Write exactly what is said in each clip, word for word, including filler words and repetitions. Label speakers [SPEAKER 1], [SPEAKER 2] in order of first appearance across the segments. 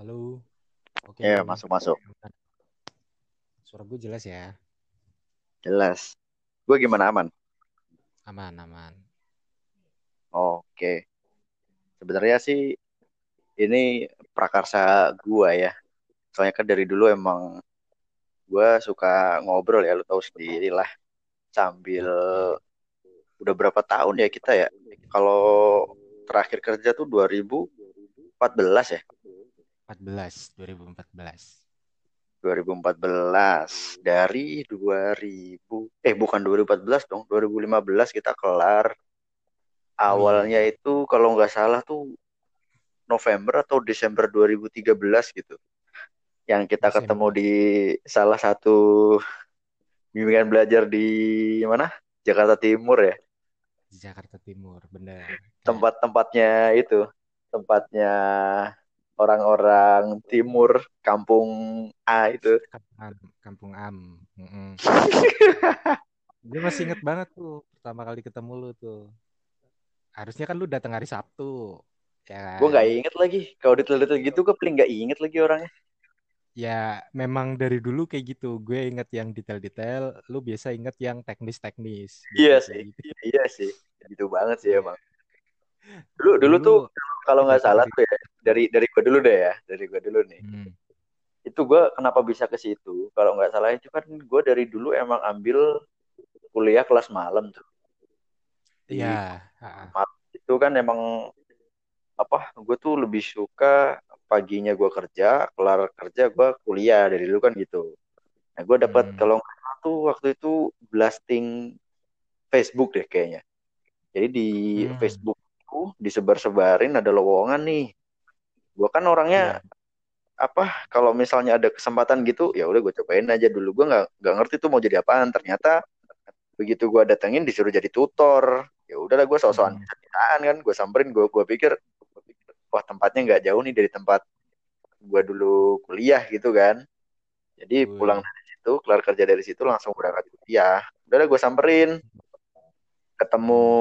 [SPEAKER 1] Halo, oke.
[SPEAKER 2] Ya, masuk-masuk.
[SPEAKER 1] Suara gue jelas ya?
[SPEAKER 2] Jelas. Gue gimana aman?
[SPEAKER 1] Aman, aman.
[SPEAKER 2] Oke. Sebenarnya sih ini prakarsa gua ya. Soalnya kan dari dulu emang gua suka ngobrol ya, lu tahu sendiri lah. Sambil
[SPEAKER 1] Oke.
[SPEAKER 2] udah berapa tahun ya kita ya? Kalau terakhir kerja tuh dua ribu empat belas ya.
[SPEAKER 1] empat belas, dua ribu empat belas.
[SPEAKER 2] dua ribu empat belas dari dua ribu eh bukan dua ribu empat belas dong, dua ribu lima belas kita kelar.
[SPEAKER 1] Oh iya
[SPEAKER 2] Awalnya
[SPEAKER 1] ya.
[SPEAKER 2] itu kalau nggak salah tuh November atau Desember dua ribu tiga belas gitu. Yang kita ketemu
[SPEAKER 1] Desember
[SPEAKER 2] di salah satu bimbingan belajar di mana? Jakarta Timur ya.
[SPEAKER 1] di Jakarta Timur, bener. Kayak
[SPEAKER 2] Tempat-tempatnya itu, tempatnya orang-orang timur, kampung A itu.
[SPEAKER 1] Kampung Am. Kampung Am. Mm-mm. Gue masih inget banget tuh pertama kali ketemu lu tuh. Harusnya kan lu datang hari Sabtu, ya
[SPEAKER 2] Gue
[SPEAKER 1] kan?
[SPEAKER 2] nggak inget lagi. Kalau detail-detail gitu, gue paling nggak inget lagi orangnya.
[SPEAKER 1] Ya memang dari dulu kayak gitu. Gue inget yang detail-detail, lu biasa inget yang teknis-teknis,
[SPEAKER 2] Iya
[SPEAKER 1] biasa kayak
[SPEAKER 2] sih,
[SPEAKER 1] gitu.
[SPEAKER 2] iya sih. Gitu banget sih
[SPEAKER 1] Iya.
[SPEAKER 2] emang. Dulu, dulu tuh
[SPEAKER 1] Dulu
[SPEAKER 2] kalau nggak
[SPEAKER 1] datang
[SPEAKER 2] salah
[SPEAKER 1] hari
[SPEAKER 2] tuh ya, dari dari gue dulu deh ya, dari gue dulu nih.
[SPEAKER 1] Hmm.
[SPEAKER 2] Itu gue kenapa bisa ke situ? Kalau nggak salah itu kan gue dari dulu emang ambil kuliah kelas malam tuh.
[SPEAKER 1] Iya,
[SPEAKER 2] Di
[SPEAKER 1] ah,
[SPEAKER 2] malam itu kan emang apa? Gue tuh lebih suka paginya gue kerja, kelar kerja gue kuliah dari dulu kan gitu. Nah gue dapat
[SPEAKER 1] hmm,
[SPEAKER 2] kalau nggak salah tuh waktu itu blasting Facebook deh kayaknya. Jadi di
[SPEAKER 1] hmm,
[SPEAKER 2] Facebook tuh disebar-sebarin ada lowongan nih. Gue kan orangnya
[SPEAKER 1] iya,
[SPEAKER 2] apa? Kalau misalnya ada kesempatan gitu, ya udah gue cobain aja dulu. Gue nggak nggak ngerti tuh mau jadi apaan. Ternyata begitu gue datengin disuruh jadi tutor. Ya udahlah gue sosokan
[SPEAKER 1] hmm,
[SPEAKER 2] bisa-bisaan kan. Gue samperin gue gue pikir wah tempatnya nggak jauh nih dari tempat gue dulu kuliah gitu kan. Jadi pulang
[SPEAKER 1] betul.
[SPEAKER 2] dari situ, kelar kerja dari situ langsung berangkat kuliah. Udah gue samperin, ketemu
[SPEAKER 1] Hmm.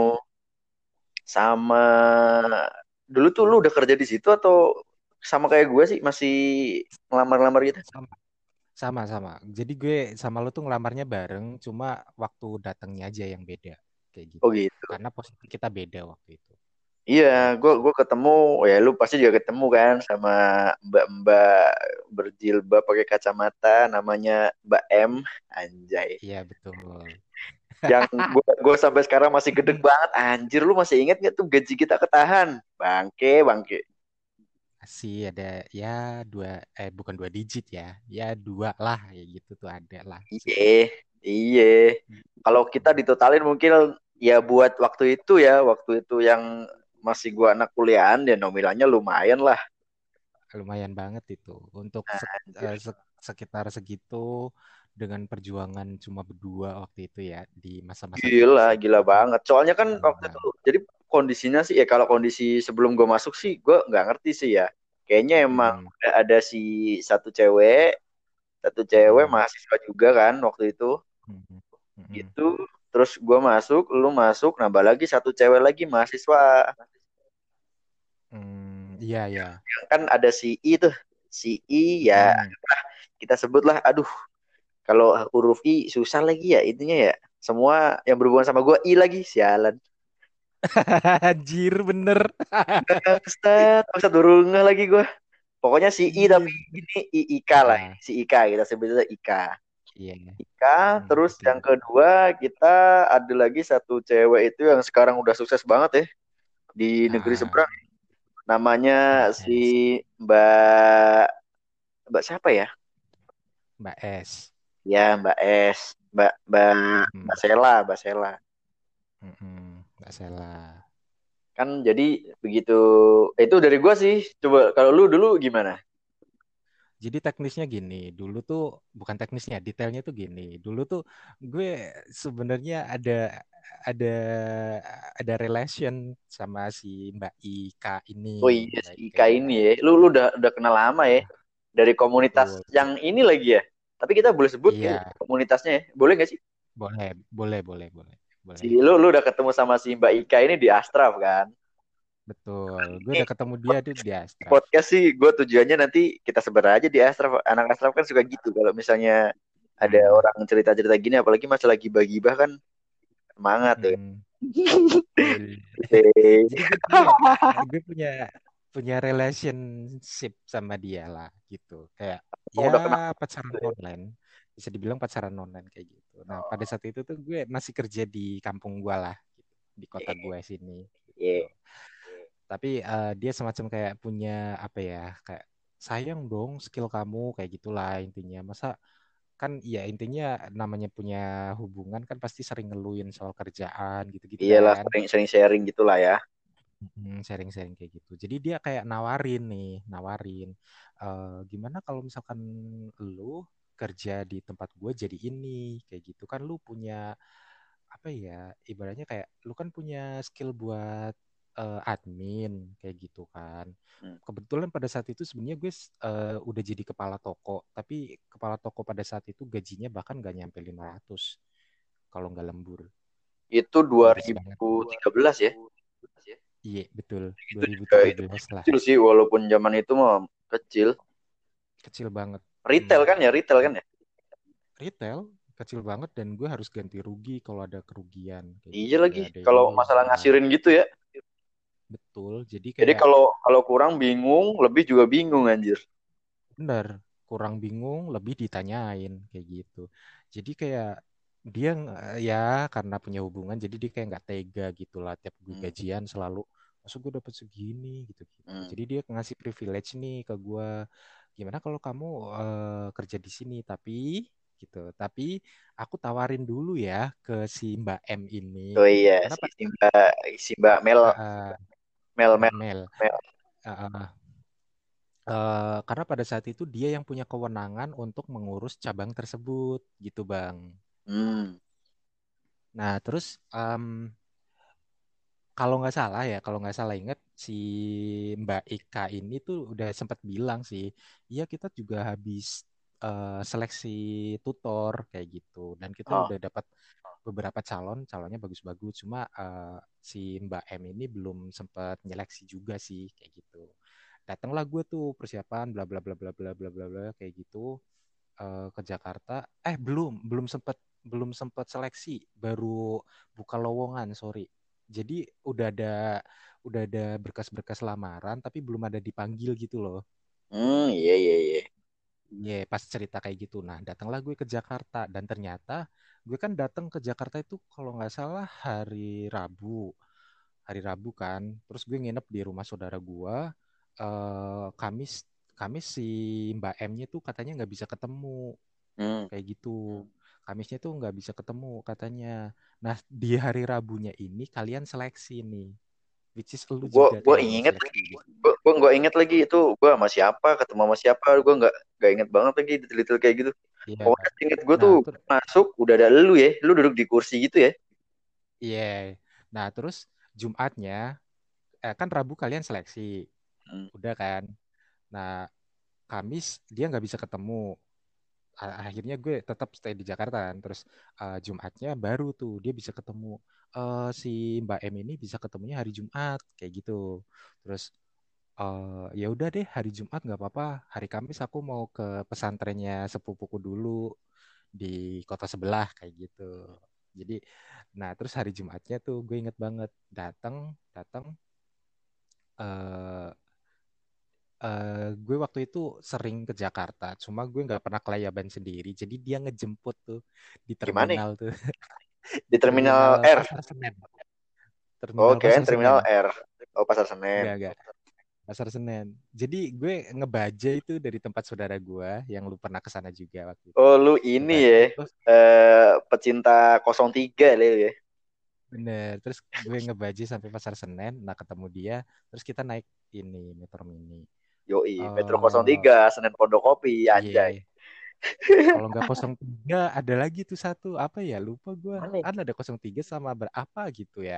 [SPEAKER 2] sama dulu tuh lu udah kerja di situ atau sama kayak gue sih masih ngelamar-ngelamar gitu?
[SPEAKER 1] Sama, sama, sama. Jadi gue sama lo tuh ngelamarnya bareng, cuma waktu datangnya aja yang beda, kayak
[SPEAKER 2] Oh
[SPEAKER 1] gitu.
[SPEAKER 2] gitu.
[SPEAKER 1] Karena posisi kita beda waktu itu,
[SPEAKER 2] Iya, gue
[SPEAKER 1] gitu.
[SPEAKER 2] gue ketemu ya lu pasti juga ketemu kan sama mbak-mbak berjilbab pakai kacamata namanya Mbak M, anjay.
[SPEAKER 1] Iya betul.
[SPEAKER 2] Yang gue gue sampai sekarang masih gedeg banget, anjir lu masih inget gak tuh gaji kita ketahan? Bangke, bangke.
[SPEAKER 1] Masih ada ya dua, eh bukan dua digit ya, ya dua lah, kayak gitu tuh ada lah
[SPEAKER 2] Iya,
[SPEAKER 1] segitu.
[SPEAKER 2] iya. Kalau kita ditotalin mungkin ya buat waktu itu ya, waktu itu yang masih gua anak kuliahan ya nominalnya lumayan lah.
[SPEAKER 1] Lumayan banget itu untuk sek- eh,
[SPEAKER 2] Anjir.
[SPEAKER 1] sek- sekitar segitu dengan perjuangan cuma berdua waktu itu ya di masa-masa
[SPEAKER 2] Gila,
[SPEAKER 1] kritis itu.
[SPEAKER 2] gila banget. Soalnya kan waktu
[SPEAKER 1] Gila.
[SPEAKER 2] itu, jadi kondisinya sih ya kalau kondisi sebelum gue masuk sih, gue nggak ngerti sih ya. Kayaknya emang
[SPEAKER 1] Mm-mm.
[SPEAKER 2] udah ada si satu cewek, satu cewek
[SPEAKER 1] Mm-mm.
[SPEAKER 2] mahasiswa juga kan waktu itu,
[SPEAKER 1] Mm-mm. Mm-mm.
[SPEAKER 2] gitu. Terus gue masuk, lu masuk, nambah lagi satu cewek lagi mahasiswa.
[SPEAKER 1] Mm, iya ya.
[SPEAKER 2] Kan ada si I tuh, si I ya
[SPEAKER 1] Mm-mm.
[SPEAKER 2] kita sebutlah, aduh, kalau huruf I susah lagi ya intinya ya. Semua yang berhubungan sama gue I lagi, sialan.
[SPEAKER 1] Anjir bener.
[SPEAKER 2] Ustad, Ustad baru ngeh lagi gue. Pokoknya si I
[SPEAKER 1] Iya.
[SPEAKER 2] tapi ini I IK lah,
[SPEAKER 1] Ah,
[SPEAKER 2] si Ika kita sebutnya Ika.
[SPEAKER 1] iya.
[SPEAKER 2] Ika,
[SPEAKER 1] Mm-mm.
[SPEAKER 2] terus
[SPEAKER 1] Oke.
[SPEAKER 2] yang kedua kita ada lagi satu cewek itu yang sekarang udah sukses banget ya di negeri
[SPEAKER 1] Ah,
[SPEAKER 2] seberang. Namanya
[SPEAKER 1] Mbak
[SPEAKER 2] si
[SPEAKER 1] S.
[SPEAKER 2] Mbak Mbak siapa ya?
[SPEAKER 1] Mbak S.
[SPEAKER 2] Ya Mbak S, Mbak Mbak Mbak
[SPEAKER 1] Mm-mm.
[SPEAKER 2] Sela, Mbak Sela.
[SPEAKER 1] Mm-mm. Mbak Sela.
[SPEAKER 2] Kan jadi begitu itu dari gua sih. Coba kalau lu dulu gimana?
[SPEAKER 1] Jadi teknisnya gini, dulu tuh bukan teknisnya, detailnya tuh gini. Dulu tuh gue sebenarnya ada ada ada relation sama si Mbak Ika ini,
[SPEAKER 2] Oh iya si
[SPEAKER 1] Mbak Ika
[SPEAKER 2] Ika
[SPEAKER 1] ini.
[SPEAKER 2] ini ya. Lu lu udah udah kenal lama ya
[SPEAKER 1] Ah,
[SPEAKER 2] dari komunitas
[SPEAKER 1] betul.
[SPEAKER 2] yang ini lagi ya. Tapi kita boleh sebut kayak
[SPEAKER 1] Iya,
[SPEAKER 2] komunitasnya ya. Boleh gak sih?
[SPEAKER 1] boleh, boleh, boleh, boleh,
[SPEAKER 2] Si
[SPEAKER 1] boleh.
[SPEAKER 2] lu lu udah ketemu sama si Mbak Ika ini di Astraf kan?
[SPEAKER 1] betul. Gue
[SPEAKER 2] Ini
[SPEAKER 1] udah ketemu dia tuh di Astraf.
[SPEAKER 2] podcast sih gue tujuannya nanti kita sebar aja di Ashraf. Anak Ashraf kan suka gitu kalau misalnya ada
[SPEAKER 1] Hmm.
[SPEAKER 2] orang cerita-cerita gini, apalagi masalah gibah-gibah kan semangat tuh.
[SPEAKER 1] Mm-mm. Betul.
[SPEAKER 2] Oke.
[SPEAKER 1] Jadi gue punya gue punya punya relationship sama dia lah gitu. Kayak
[SPEAKER 2] Oh,
[SPEAKER 1] ya
[SPEAKER 2] udah kenal
[SPEAKER 1] pacaran
[SPEAKER 2] tuh ya?
[SPEAKER 1] online. Bisa dibilang pacaran online kayak gitu. Nah, pada saat itu tuh gue masih kerja di kampung gue lah gitu, di kota
[SPEAKER 2] Iya,
[SPEAKER 1] gue sini gitu.
[SPEAKER 2] iya.
[SPEAKER 1] Tapi eh, dia semacam kayak punya apa ya? Kayak sayang dong skill kamu kayak gitulah intinya. Masa kan ya intinya namanya punya hubungan kan pasti sering ngeluhin soal kerjaan gitu-gitu
[SPEAKER 2] Iyalah,
[SPEAKER 1] kan.
[SPEAKER 2] sering sering sharing gitulah ya.
[SPEAKER 1] Hmm, sharing-sharing kayak gitu. Jadi dia kayak nawarin nih, nawarin eh, gimana kalau misalkan lu kerja di tempat gue jadi ini kayak gitu kan lu punya apa ya ibaratnya kayak lu kan punya skill buat eh, admin kayak gitu kan.
[SPEAKER 2] Hmm.
[SPEAKER 1] Kebetulan pada saat itu sebenarnya gue eh, udah jadi kepala toko, tapi kepala toko pada saat itu gajinya bahkan gak nyampe lima ratus kalau nggak lembur.
[SPEAKER 2] Itu
[SPEAKER 1] Miris banget.
[SPEAKER 2] dua ribu tiga belas ya.
[SPEAKER 1] Iya, betul.
[SPEAKER 2] Itu juga
[SPEAKER 1] dua ribu tiga
[SPEAKER 2] itu
[SPEAKER 1] belas lah.
[SPEAKER 2] kecil sih, walaupun zaman itu mah kecil.
[SPEAKER 1] Kecil banget.
[SPEAKER 2] Retail
[SPEAKER 1] Hmm.
[SPEAKER 2] kan ya, retail kan
[SPEAKER 1] Dan
[SPEAKER 2] ya.
[SPEAKER 1] retail kecil banget dan gue harus ganti rugi kalau ada kerugian kayak
[SPEAKER 2] Iya
[SPEAKER 1] gitu.
[SPEAKER 2] lagi,
[SPEAKER 1] Gak ada
[SPEAKER 2] kalau
[SPEAKER 1] ini.
[SPEAKER 2] masalah
[SPEAKER 1] Nah,
[SPEAKER 2] ngasirin gitu ya.
[SPEAKER 1] betul. Jadi
[SPEAKER 2] Jadi
[SPEAKER 1] kayak
[SPEAKER 2] kalau kalau kurang bingung, lebih juga bingung anjir.
[SPEAKER 1] bener kurang bingung lebih ditanyain kayak gitu. Jadi kayak dia ng- ya karena punya hubungan jadi dia kayak nggak tega gitu lah tiap gue
[SPEAKER 2] Hmm.
[SPEAKER 1] gajian selalu masuk gue dapat segini gitu gitu.
[SPEAKER 2] Hmm.
[SPEAKER 1] Jadi dia ngasih privilege nih ke gue gimana kalau kamu eh, kerja di sini tapi gitu. Tapi aku tawarin dulu ya ke si Mbak M ini
[SPEAKER 2] Oh
[SPEAKER 1] gitu.
[SPEAKER 2] iya,
[SPEAKER 1] Karena
[SPEAKER 2] si
[SPEAKER 1] pada saat
[SPEAKER 2] Simba, si Mbak Mel,
[SPEAKER 1] uh, uh,
[SPEAKER 2] Mel,
[SPEAKER 1] Mbak
[SPEAKER 2] Mel,
[SPEAKER 1] Mel,
[SPEAKER 2] Mel.
[SPEAKER 1] uh, uh, uh, karena pada saat itu dia yang punya kewenangan untuk mengurus cabang tersebut gitu Bang.
[SPEAKER 2] Hmm.
[SPEAKER 1] Nah terus em, kalau nggak salah ya, kalau nggak salah ingat si Mbak Ika ini tuh udah sempat bilang sih, iya kita juga habis eh, seleksi tutor kayak gitu, dan kita
[SPEAKER 2] Oh.
[SPEAKER 1] udah dapat beberapa calon, calonnya bagus-bagus, cuma eh, si Mbak M ini belum sempat nyeleksi juga sih kayak gitu. Datanglah gue tuh persiapan bla bla bla bla bla bla bla bla kayak gitu eh, ke Jakarta. Eh belum, belum sempat belum sempat seleksi, baru buka lowongan, sorry. Jadi udah ada udah ada berkas-berkas lamaran tapi belum ada dipanggil gitu loh.
[SPEAKER 2] Hmm, iya iya iya.
[SPEAKER 1] Iya, pas cerita kayak gitu. Nah, datanglah gue ke Jakarta dan ternyata gue kan datang ke Jakarta itu kalau nggak salah hari Rabu. Hari Rabu kan. Terus gue nginep di rumah saudara gue. Eh, Kamis Kamis si Mbak M-nya tuh katanya nggak bisa ketemu
[SPEAKER 2] Hmm.
[SPEAKER 1] kayak gitu. Kamisnya tuh nggak bisa ketemu katanya. Nah, di hari Rabunya ini kalian seleksi nih. Which is lu
[SPEAKER 2] Gue
[SPEAKER 1] juga
[SPEAKER 2] gue
[SPEAKER 1] kayaknya
[SPEAKER 2] inget
[SPEAKER 1] seleksi
[SPEAKER 2] lagi,
[SPEAKER 1] di situ.
[SPEAKER 2] gue gue nggak inget lagi itu gue sama siapa, ketemu sama siapa, gue nggak nggak inget banget lagi detail-detail kayak gitu.
[SPEAKER 1] Iya.
[SPEAKER 2] Pokoknya inget gue
[SPEAKER 1] Nah,
[SPEAKER 2] tuh
[SPEAKER 1] terus
[SPEAKER 2] masuk udah ada lu ya, lu duduk di kursi gitu ya.
[SPEAKER 1] iya. Nah, terus Jumatnya eh, kan Rabu kalian seleksi.
[SPEAKER 2] Hmm.
[SPEAKER 1] Udah kan. Nah, Kamis dia nggak bisa ketemu. A- Akhirnya gue tetap stay di Jakarta kan. Terus eh, Jumatnya baru tuh dia bisa ketemu. Eh, si Mbak M ini bisa ketemunya hari Jumat kayak gitu. Terus eh, ya udah deh hari Jumat nggak apa-apa. Hari Kamis aku mau ke pesantrennya sepupuku dulu di kota sebelah kayak gitu. Jadi, nah terus hari Jumatnya tuh gue inget banget datang datang eh eh, gue waktu itu sering ke Jakarta, cuma gue nggak pernah kelayaban sendiri. Jadi dia ngejemput tuh di
[SPEAKER 2] Gimana?
[SPEAKER 1] terminal tuh,
[SPEAKER 2] Di
[SPEAKER 1] di terminal
[SPEAKER 2] terminal R.
[SPEAKER 1] Pasar Senen,
[SPEAKER 2] Oh,
[SPEAKER 1] terminal
[SPEAKER 2] kirain
[SPEAKER 1] Pasar
[SPEAKER 2] terminal
[SPEAKER 1] Senen.
[SPEAKER 2] R. Oh, Pasar Senen.
[SPEAKER 1] Enggak, enggak. Pasar Senen. Jadi gue ngebaja itu dari tempat saudara gue yang lu pernah ke sana juga waktu itu.
[SPEAKER 2] Oh, lu ini
[SPEAKER 1] Ngebaja
[SPEAKER 2] ya,
[SPEAKER 1] terus
[SPEAKER 2] eh pecinta nol tiga Lil ya.
[SPEAKER 1] bener. Terus gue ngebaja sampai Pasar Senen. Nah ketemu dia. Terus kita naik ini Metro Mini.
[SPEAKER 2] Yoi, Metro nol
[SPEAKER 1] eh
[SPEAKER 2] tiga Senen Pondok Kopi, anjay.
[SPEAKER 1] Iya. Kalau nggak kosong tiga ada lagi tuh satu apa ya lupa gue.
[SPEAKER 2] Mana?
[SPEAKER 1] Kan ada kosong tiga sama berapa gitu ya.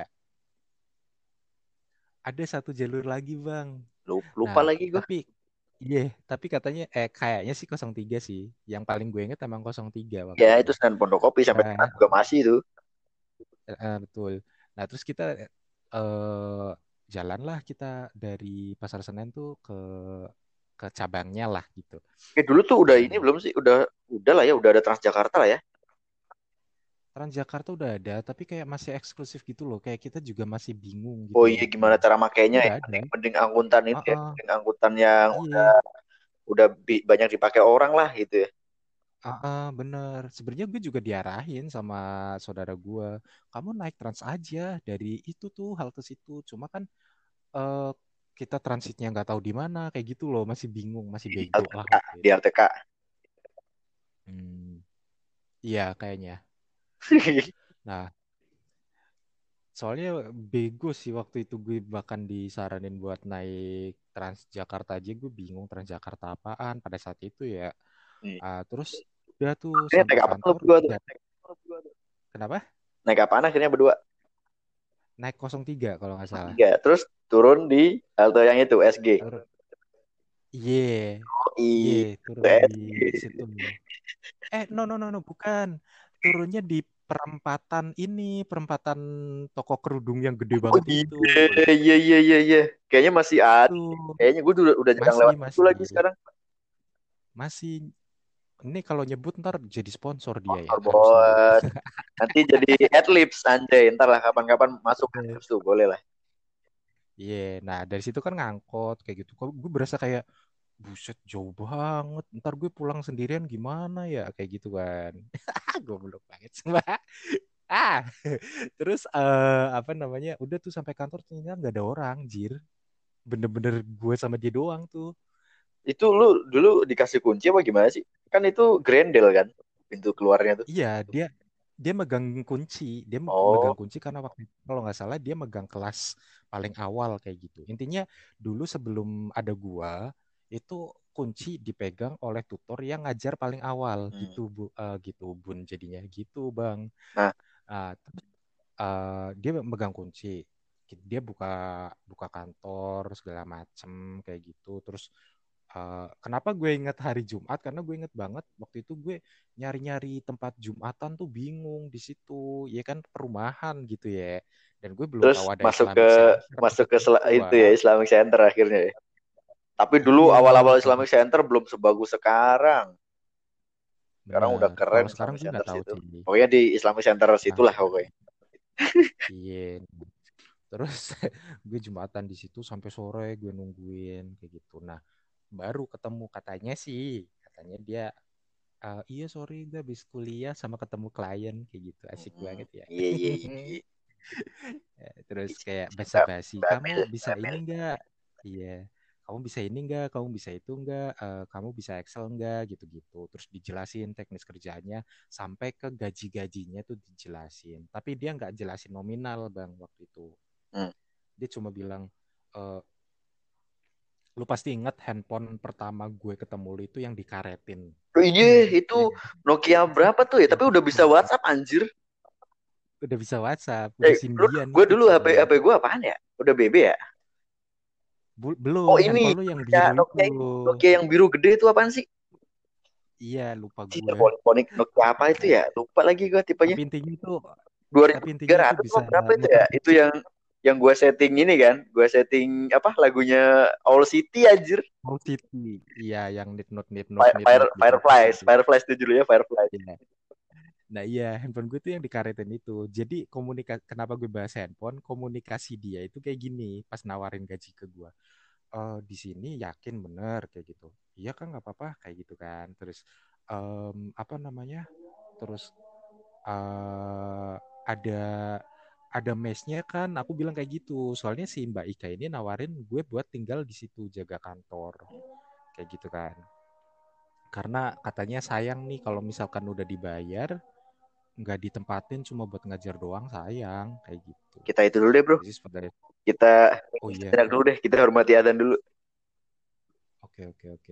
[SPEAKER 1] Ada satu jalur lagi bang.
[SPEAKER 2] Lupa, lupa
[SPEAKER 1] Nah
[SPEAKER 2] lagi gue.
[SPEAKER 1] tapi iya tapi katanya eh kayaknya sih kosong tiga sih. Yang paling gue inget emang kosong tiga waktu
[SPEAKER 2] Ya,
[SPEAKER 1] itu.
[SPEAKER 2] itu Senen Pondok Kopi sampai
[SPEAKER 1] Nah
[SPEAKER 2] sekarang juga masih itu.
[SPEAKER 1] eh, eh, betul. Nah terus kita eh jalanlah kita dari Pasar Senen tuh ke ke cabangnya lah gitu.
[SPEAKER 2] Eh dulu tuh udah ini
[SPEAKER 1] Hmm.
[SPEAKER 2] belum sih? Udah udah lah ya, udah ada Transjakarta lah ya.
[SPEAKER 1] Transjakarta udah ada, tapi kayak masih eksklusif gitu loh. Kayak kita juga masih bingung
[SPEAKER 2] Oh
[SPEAKER 1] gitu
[SPEAKER 2] iya
[SPEAKER 1] loh,
[SPEAKER 2] gimana
[SPEAKER 1] Bang.
[SPEAKER 2] cara
[SPEAKER 1] Tapi
[SPEAKER 2] makainya ya?
[SPEAKER 1] udah ada.
[SPEAKER 2] Mending, mending angkutan itu ya,
[SPEAKER 1] Heeh.
[SPEAKER 2] mending angkutan yang udah
[SPEAKER 1] Iya.
[SPEAKER 2] udah bi- banyak dipakai orang lah gitu ya.
[SPEAKER 1] Heeh, bener. Sebenarnya gue juga diarahin sama saudara gue. Kamu naik Trans aja dari itu tuh halte situ. Cuma kan eh, kita transitnya nggak tahu di mana, kayak gitu loh. Masih bingung, masih
[SPEAKER 2] Di
[SPEAKER 1] bego lah
[SPEAKER 2] R T K,
[SPEAKER 1] waktu
[SPEAKER 2] di
[SPEAKER 1] itu.
[SPEAKER 2] R T K.
[SPEAKER 1] Hmm, iya kayaknya. Nah, soalnya bego sih waktu itu gue bahkan disaranin buat naik Transjakarta aja gue bingung Transjakarta apaan pada saat itu ya.
[SPEAKER 2] Hmm.
[SPEAKER 1] Ah, terus udah tuh
[SPEAKER 2] Ini
[SPEAKER 1] sampai
[SPEAKER 2] naik apa lu
[SPEAKER 1] kantor.
[SPEAKER 2] berdua tuh?
[SPEAKER 1] nggak- Kenapa?
[SPEAKER 2] Naik apaan akhirnya berdua?
[SPEAKER 1] Naik nol tiga kalau nggak salah.
[SPEAKER 2] Tiga. Terus turun di halte yang itu S G.
[SPEAKER 1] Turun. Iya,
[SPEAKER 2] Oh
[SPEAKER 1] iya
[SPEAKER 2] iya,
[SPEAKER 1] turun di
[SPEAKER 2] S G.
[SPEAKER 1] situ. Eh, no no no no bukan. Turunnya di perempatan ini, perempatan toko kerudung yang gede
[SPEAKER 2] Oh
[SPEAKER 1] banget itu.
[SPEAKER 2] iya, iya, iya, iya, iya. Kayaknya masih ada.
[SPEAKER 1] Tuh,
[SPEAKER 2] Kayaknya gue udah, udah jarang
[SPEAKER 1] masih
[SPEAKER 2] lewat itu
[SPEAKER 1] masih
[SPEAKER 2] lagi sekarang.
[SPEAKER 1] masih ini kalau nyebut ntar jadi sponsor dia ya,
[SPEAKER 2] Sponsor
[SPEAKER 1] harus nyebut.
[SPEAKER 2] bos. Nanti jadi adlibs anjay. Ntar lah kapan-kapan masuk adlibs tuh. Boleh lah.
[SPEAKER 1] Iya, nah dari situ kan ngangkot kayak gitu. Kok gue berasa kayak buset jauh banget. Ntar gue pulang sendirian gimana ya kayak gitu kan. Goblok banget sumpah. Ah, terus eh, apa namanya? Udah tuh sampai kantor ternyata nggak ada orang, jir. Bener-bener gue sama dia doang tuh.
[SPEAKER 2] Itu lu dulu dikasih kunci apa gimana sih? Kan itu Grendel kan? Pintu keluarnya tuh.
[SPEAKER 1] Iya, dia dia megang kunci. Dia me- megang
[SPEAKER 2] Oh,
[SPEAKER 1] kunci karena waktu itu, kalau nggak salah dia megang kelas paling awal kayak gitu. Intinya dulu sebelum ada gua itu kunci dipegang oleh tutor yang ngajar paling awal
[SPEAKER 2] hmm.
[SPEAKER 1] gitu bu, eh, gitu bun jadinya gitu bang.
[SPEAKER 2] Nah,
[SPEAKER 1] Ah, terus eh, dia megang kunci. Dia buka buka kantor segala macem kayak gitu. Terus eh, kenapa gue inget hari Jumat? Karena gue inget banget waktu itu gue nyari-nyari tempat Jumatan tuh bingung di situ. Ya kan perumahan gitu ya. Dan gue belum
[SPEAKER 2] terus
[SPEAKER 1] tahu ada
[SPEAKER 2] masuk ke
[SPEAKER 1] Islamic Center pas
[SPEAKER 2] masuk ke
[SPEAKER 1] itu
[SPEAKER 2] sela- itu ya
[SPEAKER 1] Wak.
[SPEAKER 2] Islamic Center akhirnya ya. Tapi dulu
[SPEAKER 1] Iya,
[SPEAKER 2] awal-awal
[SPEAKER 1] kayak
[SPEAKER 2] Islamic
[SPEAKER 1] gitu.
[SPEAKER 2] Center belum sebagus sekarang. Sekarang udah
[SPEAKER 1] Bener.
[SPEAKER 2] keren
[SPEAKER 1] Kalau sekarang
[SPEAKER 2] Islamic
[SPEAKER 1] gue
[SPEAKER 2] Center
[SPEAKER 1] nggak tahu
[SPEAKER 2] situ.
[SPEAKER 1] sih.
[SPEAKER 2] Pokoknya di Islamic Center
[SPEAKER 1] Nah,
[SPEAKER 2] situlah pokoknya.
[SPEAKER 1] iya. Terus gue Jumatan di situ sampai sore gue nungguin kayak gitu. Nah, baru ketemu katanya sih, katanya dia "Ah, iya sorry gue habis kuliah sama ketemu klien kayak gitu. Asik
[SPEAKER 2] Hmm,
[SPEAKER 1] banget ya."
[SPEAKER 2] iya, iya, iya, iya.
[SPEAKER 1] Eh, Terus
[SPEAKER 2] Isi-
[SPEAKER 1] kayak
[SPEAKER 2] isi Mbak,
[SPEAKER 1] basa-basi,
[SPEAKER 2] Mbak
[SPEAKER 1] kamu
[SPEAKER 2] Mel,
[SPEAKER 1] bisa
[SPEAKER 2] Mbak
[SPEAKER 1] ini
[SPEAKER 2] Mel.
[SPEAKER 1] enggak? Iya. Kamu bisa ini enggak? Kamu bisa itu enggak? Eh, kamu bisa Excel enggak? Gitu-gitu. Terus dijelasin teknis kerjanya sampai ke gaji-gajinya tuh dijelasin. Tapi dia nggak jelasin nominal, Bang, waktu itu.
[SPEAKER 2] Hmm.
[SPEAKER 1] Dia cuma bilang, "Eh, lu pasti ingat handphone pertama gue ketemu lu itu yang dikaretin."
[SPEAKER 2] Oh, iya, itu
[SPEAKER 1] Ya,
[SPEAKER 2] Nokia berapa tuh ya?
[SPEAKER 1] yang
[SPEAKER 2] Tapi udah bisa WhatsApp anjir.
[SPEAKER 1] udah bisa WhatsApp, udah
[SPEAKER 2] Eh, lu,
[SPEAKER 1] Symbian
[SPEAKER 2] gue
[SPEAKER 1] itu
[SPEAKER 2] dulu H P
[SPEAKER 1] cuy.
[SPEAKER 2] H P gue apaan ya? Udah B B ya?
[SPEAKER 1] Bu-
[SPEAKER 2] Oh
[SPEAKER 1] belum,
[SPEAKER 2] ini
[SPEAKER 1] handphone lu yang
[SPEAKER 2] Nokia,
[SPEAKER 1] biru itu.
[SPEAKER 2] Nokia ini Nokia yang biru gede itu apaan sih?
[SPEAKER 1] Iya, lupa
[SPEAKER 2] Cih,
[SPEAKER 1] gue.
[SPEAKER 2] ponik-ponik Nokia apa itu ya? Lupa lagi gue tipenya.
[SPEAKER 1] Tapi intinya itu,
[SPEAKER 2] dua ribu
[SPEAKER 1] tapi
[SPEAKER 2] tiga
[SPEAKER 1] intinya itu
[SPEAKER 2] ratus
[SPEAKER 1] bisa
[SPEAKER 2] apa berapa itu
[SPEAKER 1] muter
[SPEAKER 2] ya? Itu
[SPEAKER 1] musik.
[SPEAKER 2] yang yang gue setting ini kan? Gue setting apa lagunya Owl City anjir.
[SPEAKER 1] Mau City. Iya, yang nit not nit not
[SPEAKER 2] Fire,
[SPEAKER 1] nit
[SPEAKER 2] Fire,
[SPEAKER 1] not gitu.
[SPEAKER 2] Fireflies, Fireflies itu judulnya Fireflies.
[SPEAKER 1] Iya. Nah iya, handphone gue tuh yang dikaretin itu. Jadi komunikasi, kenapa gue bahas handphone? Komunikasi dia itu kayak gini, pas nawarin gaji ke gue. "Eh, di sini yakin bener kayak gitu. Iya kan nggak apa-apa kayak gitu kan. Terus em, apa namanya? Terus eh ada ada mesnya kan? Aku bilang kayak gitu. Soalnya si Mbak Ika ini nawarin gue buat tinggal di situ jaga kantor kayak gitu kan. Karena katanya sayang nih kalau misalkan udah dibayar nggak ditempatin cuma buat ngajar doang sayang kayak gitu.
[SPEAKER 2] Kita itu dulu deh bro.
[SPEAKER 1] Jadi sebenarnya
[SPEAKER 2] Kita
[SPEAKER 1] oh iya,
[SPEAKER 2] sejenak dulu deh. Kita hormati adzan dulu.
[SPEAKER 1] oke oke oke.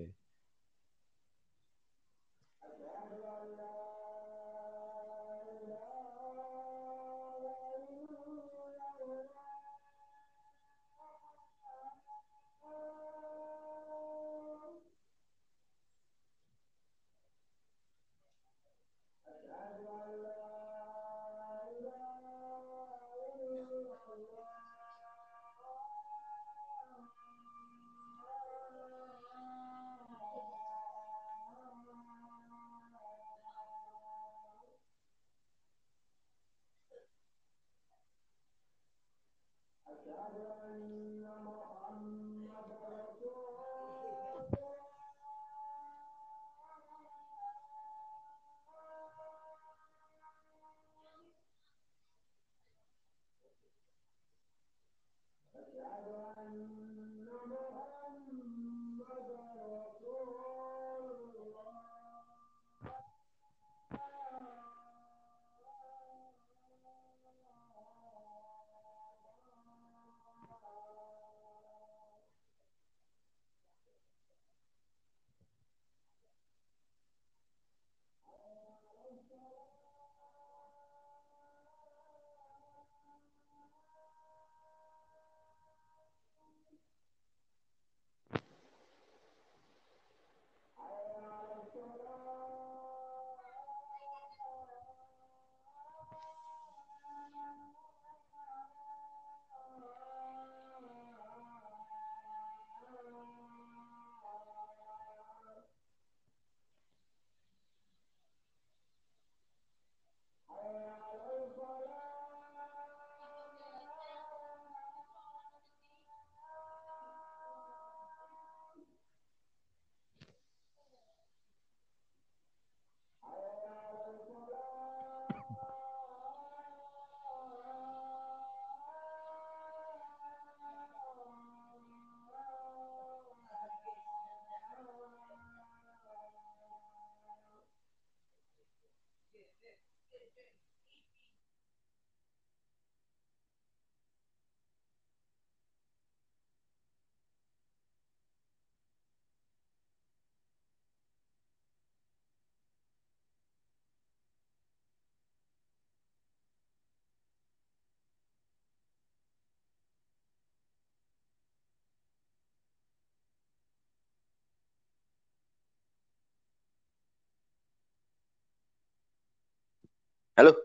[SPEAKER 2] Halo,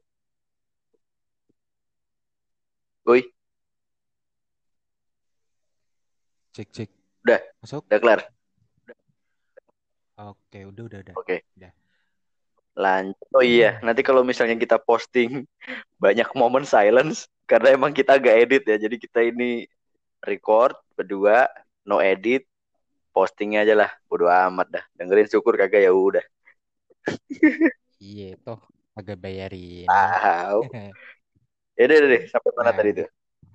[SPEAKER 2] woi,
[SPEAKER 1] Cek cek.
[SPEAKER 2] udah,
[SPEAKER 1] Masuk.
[SPEAKER 2] udah kelar.
[SPEAKER 1] Oke, udah udah udah.
[SPEAKER 2] Oke,
[SPEAKER 1] Udah.
[SPEAKER 2] lanjut. Oh iya, nanti kalau misalnya kita posting banyak momen silence, karena emang kita agak edit ya, jadi kita ini record berdua, no edit, postingnya aja lah, bodo amat dah. Dengerin syukur kagak ya udah.
[SPEAKER 1] Iya, toh agak bayar ini.
[SPEAKER 2] Tahu. Ya udah deh, sampai mana tadi
[SPEAKER 1] Nah,
[SPEAKER 2] tuh?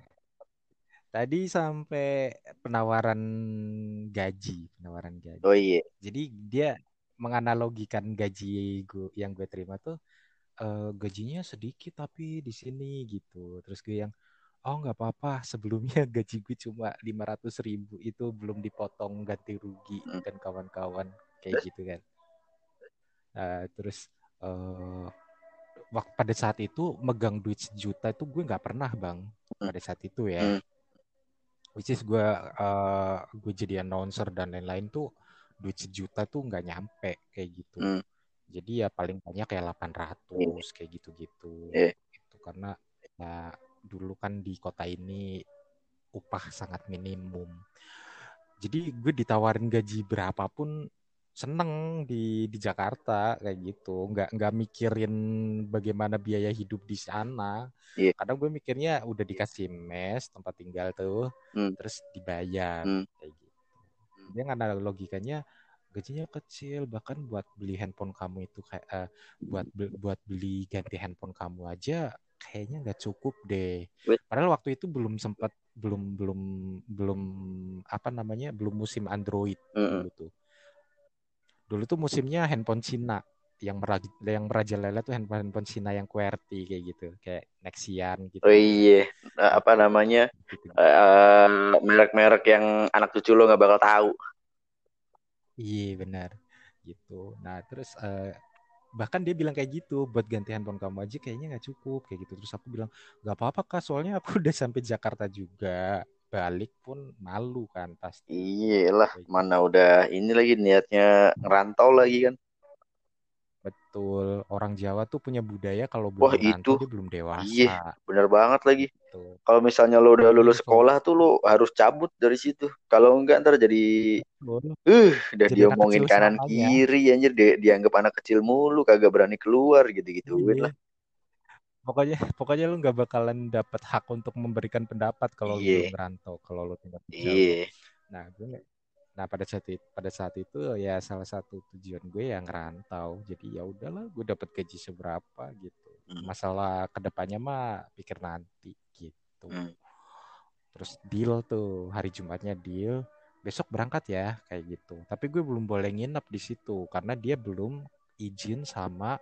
[SPEAKER 1] tadi sampai penawaran gaji, penawaran
[SPEAKER 2] Oh
[SPEAKER 1] gaji.
[SPEAKER 2] iya.
[SPEAKER 1] Jadi dia menganalogikan gaji gue yang gue terima tuh eh, gajinya sedikit tapi di sini gitu. Terus gue yang oh nggak apa-apa sebelumnya gaji gue cuma lima ratus ribu itu belum dipotong ganti rugi
[SPEAKER 2] Hmm.
[SPEAKER 1] dan kawan-kawan kayak
[SPEAKER 2] Terus?
[SPEAKER 1] gitu kan. Nah, terus eh waktu pada saat itu megang duit sejuta itu gue nggak pernah bang
[SPEAKER 2] Hmm.
[SPEAKER 1] pada saat itu ya.
[SPEAKER 2] Hmm.
[SPEAKER 1] Which is gue uh, gue jadi announcer dan lain-lain tuh duit sejuta tuh nggak nyampe kayak gitu.
[SPEAKER 2] Hmm.
[SPEAKER 1] Jadi ya paling banyak kayak delapan
[SPEAKER 2] Iya.
[SPEAKER 1] ratus kayak gitu-gitu.
[SPEAKER 2] Iya.
[SPEAKER 1] Itu karena ya dulu kan di kota ini upah sangat minimum. Jadi gue ditawarin gaji berapapun seneng di di Jakarta kayak gitu. Nggak nggak mikirin bagaimana biaya hidup di sana.
[SPEAKER 2] Iya.
[SPEAKER 1] Kadang gue mikirnya udah dikasih mes tempat tinggal tuh,
[SPEAKER 2] Hmm.
[SPEAKER 1] terus dibayar
[SPEAKER 2] Hmm.
[SPEAKER 1] kayak gitu. Dia nggak ada logikanya gajinya kecil bahkan buat beli handphone kamu itu kayak eh, buat buat beli ganti handphone kamu aja kayaknya nggak cukup deh.
[SPEAKER 2] Wait.
[SPEAKER 1] Padahal waktu itu belum sempat belum belum belum apa namanya belum musim Android
[SPEAKER 2] Hmm.
[SPEAKER 1] dulu tuh. Dulu tuh musimnya handphone Cina yang meraja, yang merajalela tuh handphone handphone Cina yang QWERTY kayak gitu, kayak Nexian
[SPEAKER 2] Oh
[SPEAKER 1] gitu-gitu.
[SPEAKER 2] iya. Nah, apa
[SPEAKER 1] Nokia
[SPEAKER 2] namanya?
[SPEAKER 1] gitu.
[SPEAKER 2] Eh, merek-merek yang anak cucu lo nggak bakal tahu.
[SPEAKER 1] Iya benar gitu. Nah terus eh, bahkan dia bilang kayak gitu buat ganti handphone kamu aja kayaknya nggak cukup kayak gitu. Terus aku bilang nggak apa-apa kak soalnya aku udah sampai Jakarta juga balik pun malu kan pasti
[SPEAKER 2] Iya lah,
[SPEAKER 1] kayak
[SPEAKER 2] mana
[SPEAKER 1] gitu.
[SPEAKER 2] udah ini lagi niatnya ngerantau lagi kan.
[SPEAKER 1] Betul, orang Jawa tuh punya budaya kalau belum
[SPEAKER 2] Wah itu,
[SPEAKER 1] ngerantau dia belum
[SPEAKER 2] iya,
[SPEAKER 1] dewasa
[SPEAKER 2] bener banget lagi.
[SPEAKER 1] gitu.
[SPEAKER 2] Kalau misalnya lo udah
[SPEAKER 1] Jadi
[SPEAKER 2] lulus
[SPEAKER 1] kalau
[SPEAKER 2] sekolah tuh lo harus cabut dari situ. Kalau enggak ntar jadi,
[SPEAKER 1] betul,
[SPEAKER 2] uh, udah
[SPEAKER 1] jadi anak
[SPEAKER 2] diomongin
[SPEAKER 1] kecil
[SPEAKER 2] kanan
[SPEAKER 1] selamanya.
[SPEAKER 2] kiri anjir, di, dianggap anak kecil mulu, kagak berani keluar gitu-gituin lah.
[SPEAKER 1] Iya. Pokoknya pokoknya lu nggak bakalan dapat hak untuk memberikan pendapat kalau lu belum
[SPEAKER 2] Iya,
[SPEAKER 1] ngerantau, kalau lu tinggal di Jawa.
[SPEAKER 2] iya.
[SPEAKER 1] Nah, gue nah pada saat itu, pada saat itu ya salah satu tujuan gue yang ngerantau. Jadi ya udahlah, gue dapat gaji seberapa gitu.
[SPEAKER 2] Hmm.
[SPEAKER 1] Masalah kedepannya mah pikir nanti gitu.
[SPEAKER 2] Hmm.
[SPEAKER 1] Terus deal tuh hari Jumatnya deal. Besok berangkat ya kayak gitu. Tapi gue belum boleh nginep di situ karena dia belum izin sama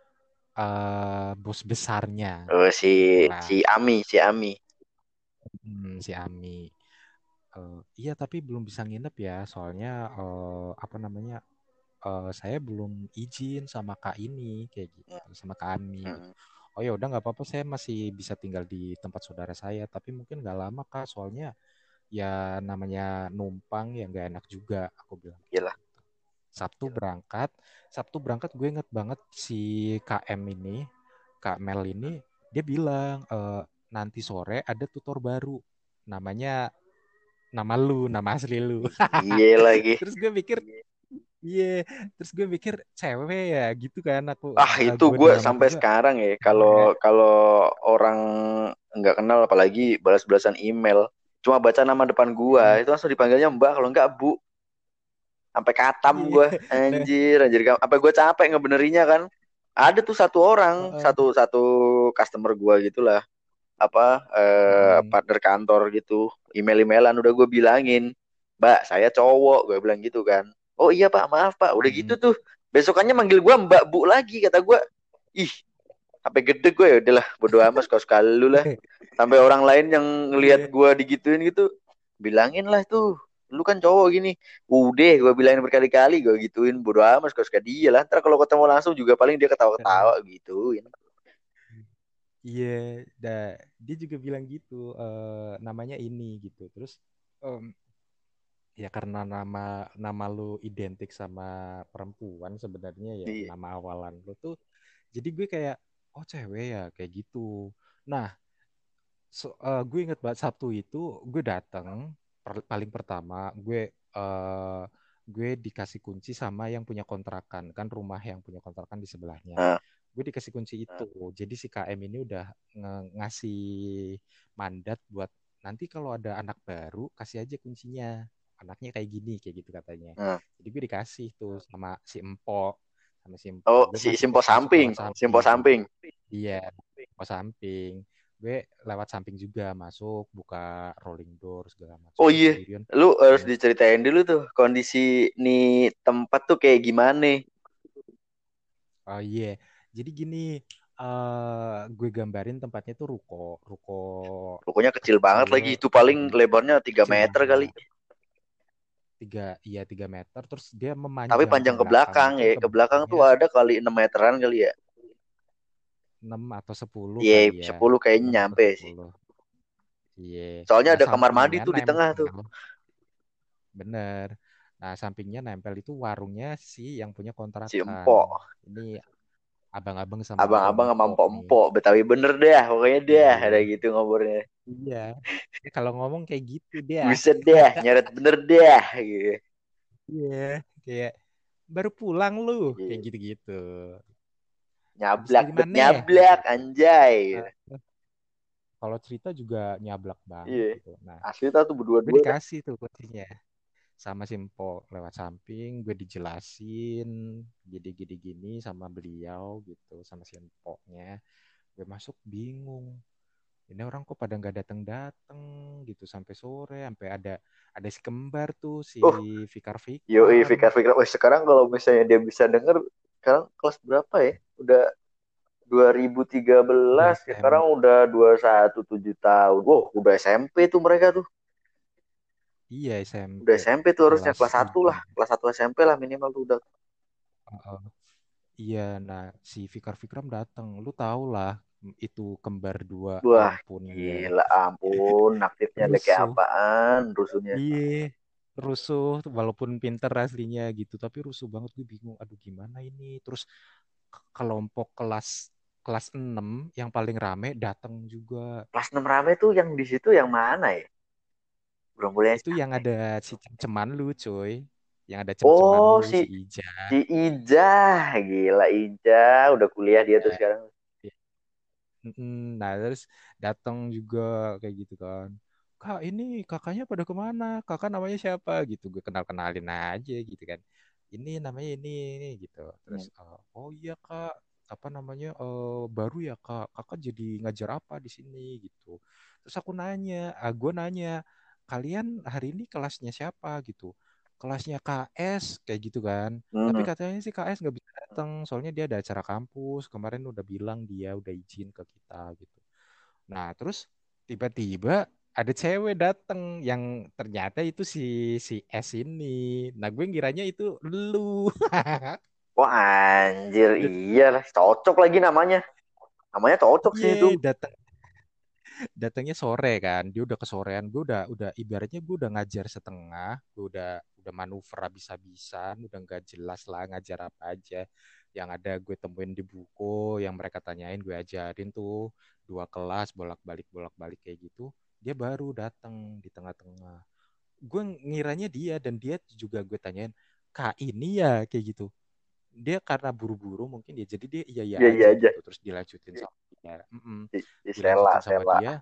[SPEAKER 1] uh, bos besarnya
[SPEAKER 2] Oh, si
[SPEAKER 1] kebetulan.
[SPEAKER 2] si Ami, si Ami.
[SPEAKER 1] Hmm, si Ami. Eh, iya tapi belum bisa nginep ya soalnya eh, apa namanya eh, saya belum izin sama kak ini kayak gitu sama kak Ami gitu.
[SPEAKER 2] Hmm.
[SPEAKER 1] Oh ya udah nggak apa-apa saya masih bisa tinggal di tempat saudara saya tapi mungkin nggak lama kak soalnya ya namanya numpang ya nggak enak juga aku bilang kayak
[SPEAKER 2] Iyalah.
[SPEAKER 1] gitu. Sabtu berangkat Sabtu berangkat gue inget banget si K M ini Kak Mel ini dia bilang e, nanti sore ada tutor baru namanya nama lu nama asli lu
[SPEAKER 2] Iya lagi.
[SPEAKER 1] terus gue mikir iya yeah. Terus gue mikir cewek ya gitu kan aku
[SPEAKER 2] Ah
[SPEAKER 1] uh,
[SPEAKER 2] itu
[SPEAKER 1] gue
[SPEAKER 2] gue
[SPEAKER 1] dalam hati
[SPEAKER 2] sampai
[SPEAKER 1] gue
[SPEAKER 2] sekarang ya kalau
[SPEAKER 1] cewek.
[SPEAKER 2] kalau orang nggak kenal apalagi balas-balasan email cuma baca nama depan gue
[SPEAKER 1] Mm-mm.
[SPEAKER 2] itu langsung dipanggilnya Mbak kalau nggak Bu sampai katam
[SPEAKER 1] Iya
[SPEAKER 2] gue
[SPEAKER 1] nah
[SPEAKER 2] anjir anjir apa gue capek ngebenerinya kan ada tuh satu orang
[SPEAKER 1] uh-uh.
[SPEAKER 2] satu satu customer gue gitulah apa eh,
[SPEAKER 1] Mm-mm.
[SPEAKER 2] partner kantor gitu email-emailan udah gue bilangin Mbak saya cowok gue bilang gitu kan oh iya Pak maaf Pak udah gitu
[SPEAKER 1] Mm-mm.
[SPEAKER 2] tuh besokannya manggil gue Mbak Bu lagi kata gue ih sampai gede gue ya udahlah bodo amat kau sekali lu lah sampai orang lain yang ngelihat
[SPEAKER 1] Iya
[SPEAKER 2] gue digituin gitu bilangin lah tuh lu kan cowok gini udah gue bilangin berkali-kali gue gituin bodo amat kau suka dia lah ntar kalau ketemu langsung juga paling dia ketawa-ketawa gituin.
[SPEAKER 1] iya dah dia juga bilang gitu eh, namanya ini gitu terus em, ya karena nama nama lu identik sama perempuan sebenarnya ya
[SPEAKER 2] Iya.
[SPEAKER 1] nama awalan lu tuh jadi gue kayak oh cewek ya kayak gitu. Nah, so, eh, gue inget banget Sabtu itu gue datang per- paling pertama gue eh, gue dikasih kunci sama yang punya kontrakan kan rumah yang punya kontrakan di sebelahnya.
[SPEAKER 2] Nah,
[SPEAKER 1] Gue dikasih kunci itu. Jadi si K M ini udah nge- ngasih mandat buat nanti kalau ada anak baru kasih aja kuncinya. Anaknya kayak gini kayak gitu katanya.
[SPEAKER 2] nah.
[SPEAKER 1] Jadi gue dikasih tuh sama si Empo sama si
[SPEAKER 2] Oh,
[SPEAKER 1] Empo. Gue
[SPEAKER 2] si
[SPEAKER 1] masuk
[SPEAKER 2] Simpo
[SPEAKER 1] masuk
[SPEAKER 2] samping,
[SPEAKER 1] lewat
[SPEAKER 2] Simpo
[SPEAKER 1] samping.
[SPEAKER 2] samping.
[SPEAKER 1] Iya, pos samping. Gue lewat samping juga masuk, buka rolling door segala macam.
[SPEAKER 2] Oh
[SPEAKER 1] Gue
[SPEAKER 2] iya,
[SPEAKER 1] sendirian.
[SPEAKER 2] lu harus
[SPEAKER 1] Bingung.
[SPEAKER 2] diceritain dulu tuh kondisi nih tempat tuh kayak gimana.
[SPEAKER 1] Oh iya, jadi gini, eh gue gambarin tempatnya tuh ruko, ruko
[SPEAKER 2] Pokoknya kecil banget
[SPEAKER 1] kecil
[SPEAKER 2] lagi, itu paling
[SPEAKER 1] di
[SPEAKER 2] lebarnya tiga
[SPEAKER 1] kecil
[SPEAKER 2] meter kali.
[SPEAKER 1] banget, tiga, iya tiga meter. Terus dia
[SPEAKER 2] Tapi
[SPEAKER 1] memanjang ke
[SPEAKER 2] panjang ke
[SPEAKER 1] belakang
[SPEAKER 2] belakang
[SPEAKER 1] itu
[SPEAKER 2] ya,
[SPEAKER 1] ke
[SPEAKER 2] ke belakang
[SPEAKER 1] belakangnya
[SPEAKER 2] tuh ada kali enam meteran kali ya.
[SPEAKER 1] enam atau sepuluh
[SPEAKER 2] Iya,
[SPEAKER 1] kali ya,
[SPEAKER 2] sepuluh kayaknya
[SPEAKER 1] enam atau
[SPEAKER 2] nyampe sih.
[SPEAKER 1] sepuluh. Iya.
[SPEAKER 2] Soalnya
[SPEAKER 1] Nah
[SPEAKER 2] ada kamar mandi
[SPEAKER 1] sampingnya
[SPEAKER 2] tuh di tengah tuh.
[SPEAKER 1] nempel, bener. Nah sampingnya nempel itu warungnya si yang punya
[SPEAKER 2] Si
[SPEAKER 1] kontrakan.
[SPEAKER 2] Empok.
[SPEAKER 1] Ini abang-abang sama
[SPEAKER 2] Abang-abang sama
[SPEAKER 1] empok-empok nih.
[SPEAKER 2] empok-empok. Betawi bener deh, pokoknya deh. Ada
[SPEAKER 1] Iya,
[SPEAKER 2] gitu ngobrolnya.
[SPEAKER 1] iya. Ini kalau ngomong kayak gitu dia.
[SPEAKER 2] Buset deh, nyeret bener deh. Gitu.
[SPEAKER 1] Iya, kayak baru pulang lu, kayak
[SPEAKER 2] Iya.
[SPEAKER 1] gitu-gitu. Habis
[SPEAKER 2] Nyablak,
[SPEAKER 1] dari
[SPEAKER 2] bet
[SPEAKER 1] mana? Kayak
[SPEAKER 2] nyablak,
[SPEAKER 1] gitu.
[SPEAKER 2] anjay. Gitu.
[SPEAKER 1] Nah, kalau cerita juga nyablak banget
[SPEAKER 2] Iya.
[SPEAKER 1] gitu. Nah,
[SPEAKER 2] Asli tau tuh
[SPEAKER 1] gue
[SPEAKER 2] berdua-dua dah.
[SPEAKER 1] dikasih tuh kuncinya sama Simpo lewat samping, gue dijelasin jadi gini-gini sama beliau gitu, sama Simpoknya. Gue masuk bingung. Ini orang kok pada nggak datang-datang gitu sampai sore, sampai ada ada si kembar tuh si
[SPEAKER 2] Oh,
[SPEAKER 1] Fikar
[SPEAKER 2] yoi,
[SPEAKER 1] Fikram.
[SPEAKER 2] Fikar Fikar. Wah, sekarang kalau misalnya dia bisa denger, sekarang kelas berapa ya? Udah dua ribu tiga
[SPEAKER 1] Udah
[SPEAKER 2] belas, sekarang
[SPEAKER 1] S M,
[SPEAKER 2] udah dua puluh satu tujuh tahun. Wow, udah S M P tuh mereka tuh.
[SPEAKER 1] iya
[SPEAKER 2] Udah
[SPEAKER 1] S M P
[SPEAKER 2] S M P tuh harusnya
[SPEAKER 1] kelas
[SPEAKER 2] kelas satu
[SPEAKER 1] tujuh.
[SPEAKER 2] lah. Kelas satu S M P lah minimal tuh udah.
[SPEAKER 1] Heeh. Iya, nah si Fikar Fikram datang. Lu tau lah itu kembar dua
[SPEAKER 2] Wah,
[SPEAKER 1] ampun ya.
[SPEAKER 2] gila ampun. Aktifnya lagi kayak
[SPEAKER 1] Rusuh.
[SPEAKER 2] apaan rusuhnya.
[SPEAKER 1] Iya, rusuh walaupun pinter aslinya gitu, tapi rusuh banget gue bingung. Aduh gimana ini? Terus ke- kelompok kelas kelas enam yang paling rame datang juga.
[SPEAKER 2] Kelas enam rame tuh yang di situ yang mana ya? Belum boleh
[SPEAKER 1] Itu yang ada si cem-ceman lu, coy. Yang ada cem-ceman
[SPEAKER 2] Oh,
[SPEAKER 1] lu
[SPEAKER 2] si
[SPEAKER 1] si Ija.
[SPEAKER 2] si Ija. Gila Ija. Udah kuliah dia tuh
[SPEAKER 1] Ya.
[SPEAKER 2] sekarang.
[SPEAKER 1] Mm, Nah, terus datang juga kayak gitu kan. Kak, ini kakaknya pada kemana? Kakak namanya siapa? Gitu. Gue kenal-kenalin aja gitu kan. Ini namanya ini, ini gitu. Terus,
[SPEAKER 2] Hmm.
[SPEAKER 1] eh, oh iya kak, apa namanya eh, baru ya kak. Kakak jadi ngajar apa di sini gitu. Terus aku nanya, ah, gue nanya, kalian hari ini kelasnya siapa gitu? Kelasnya K S kayak gitu kan. Tapi
[SPEAKER 2] Hmm.
[SPEAKER 1] katanya sih K S nggak bisa datang, soalnya dia ada acara kampus. Kemarin udah bilang dia udah izin ke kita gitu. Nah, terus tiba-tiba ada cewek datang yang ternyata itu si si S ini. Nah, gue ngiranya itu lu.
[SPEAKER 2] Wah anjir, iya lah. Cocok lagi namanya. Namanya cocok sih itu.
[SPEAKER 1] Iya, datang datangnya sore kan. Dia udah kesorean. Gue udah udah ibaratnya gue udah ngajar setengah, gue udah udah manuver habis-habisan, udah nggak jelas lah ngajar apa aja. Yang ada gue temuin di buku, yang mereka tanyain gue ajarin tuh dua kelas bolak-balik bolak-balik kayak gitu. Dia baru datang di tengah-tengah. Gue ngiranya dia dan dia juga gue tanyain, "Kak ini ya?" kayak gitu. Dia karena buru-buru mungkin dia jadi dia iya iya
[SPEAKER 2] Iya iya
[SPEAKER 1] aja
[SPEAKER 2] aja.
[SPEAKER 1] gitu. Terus dilanjutin sama dia. Mm-mm.
[SPEAKER 2] Si, si Sela,
[SPEAKER 1] Dilanjutin sama
[SPEAKER 2] Sela.
[SPEAKER 1] dia,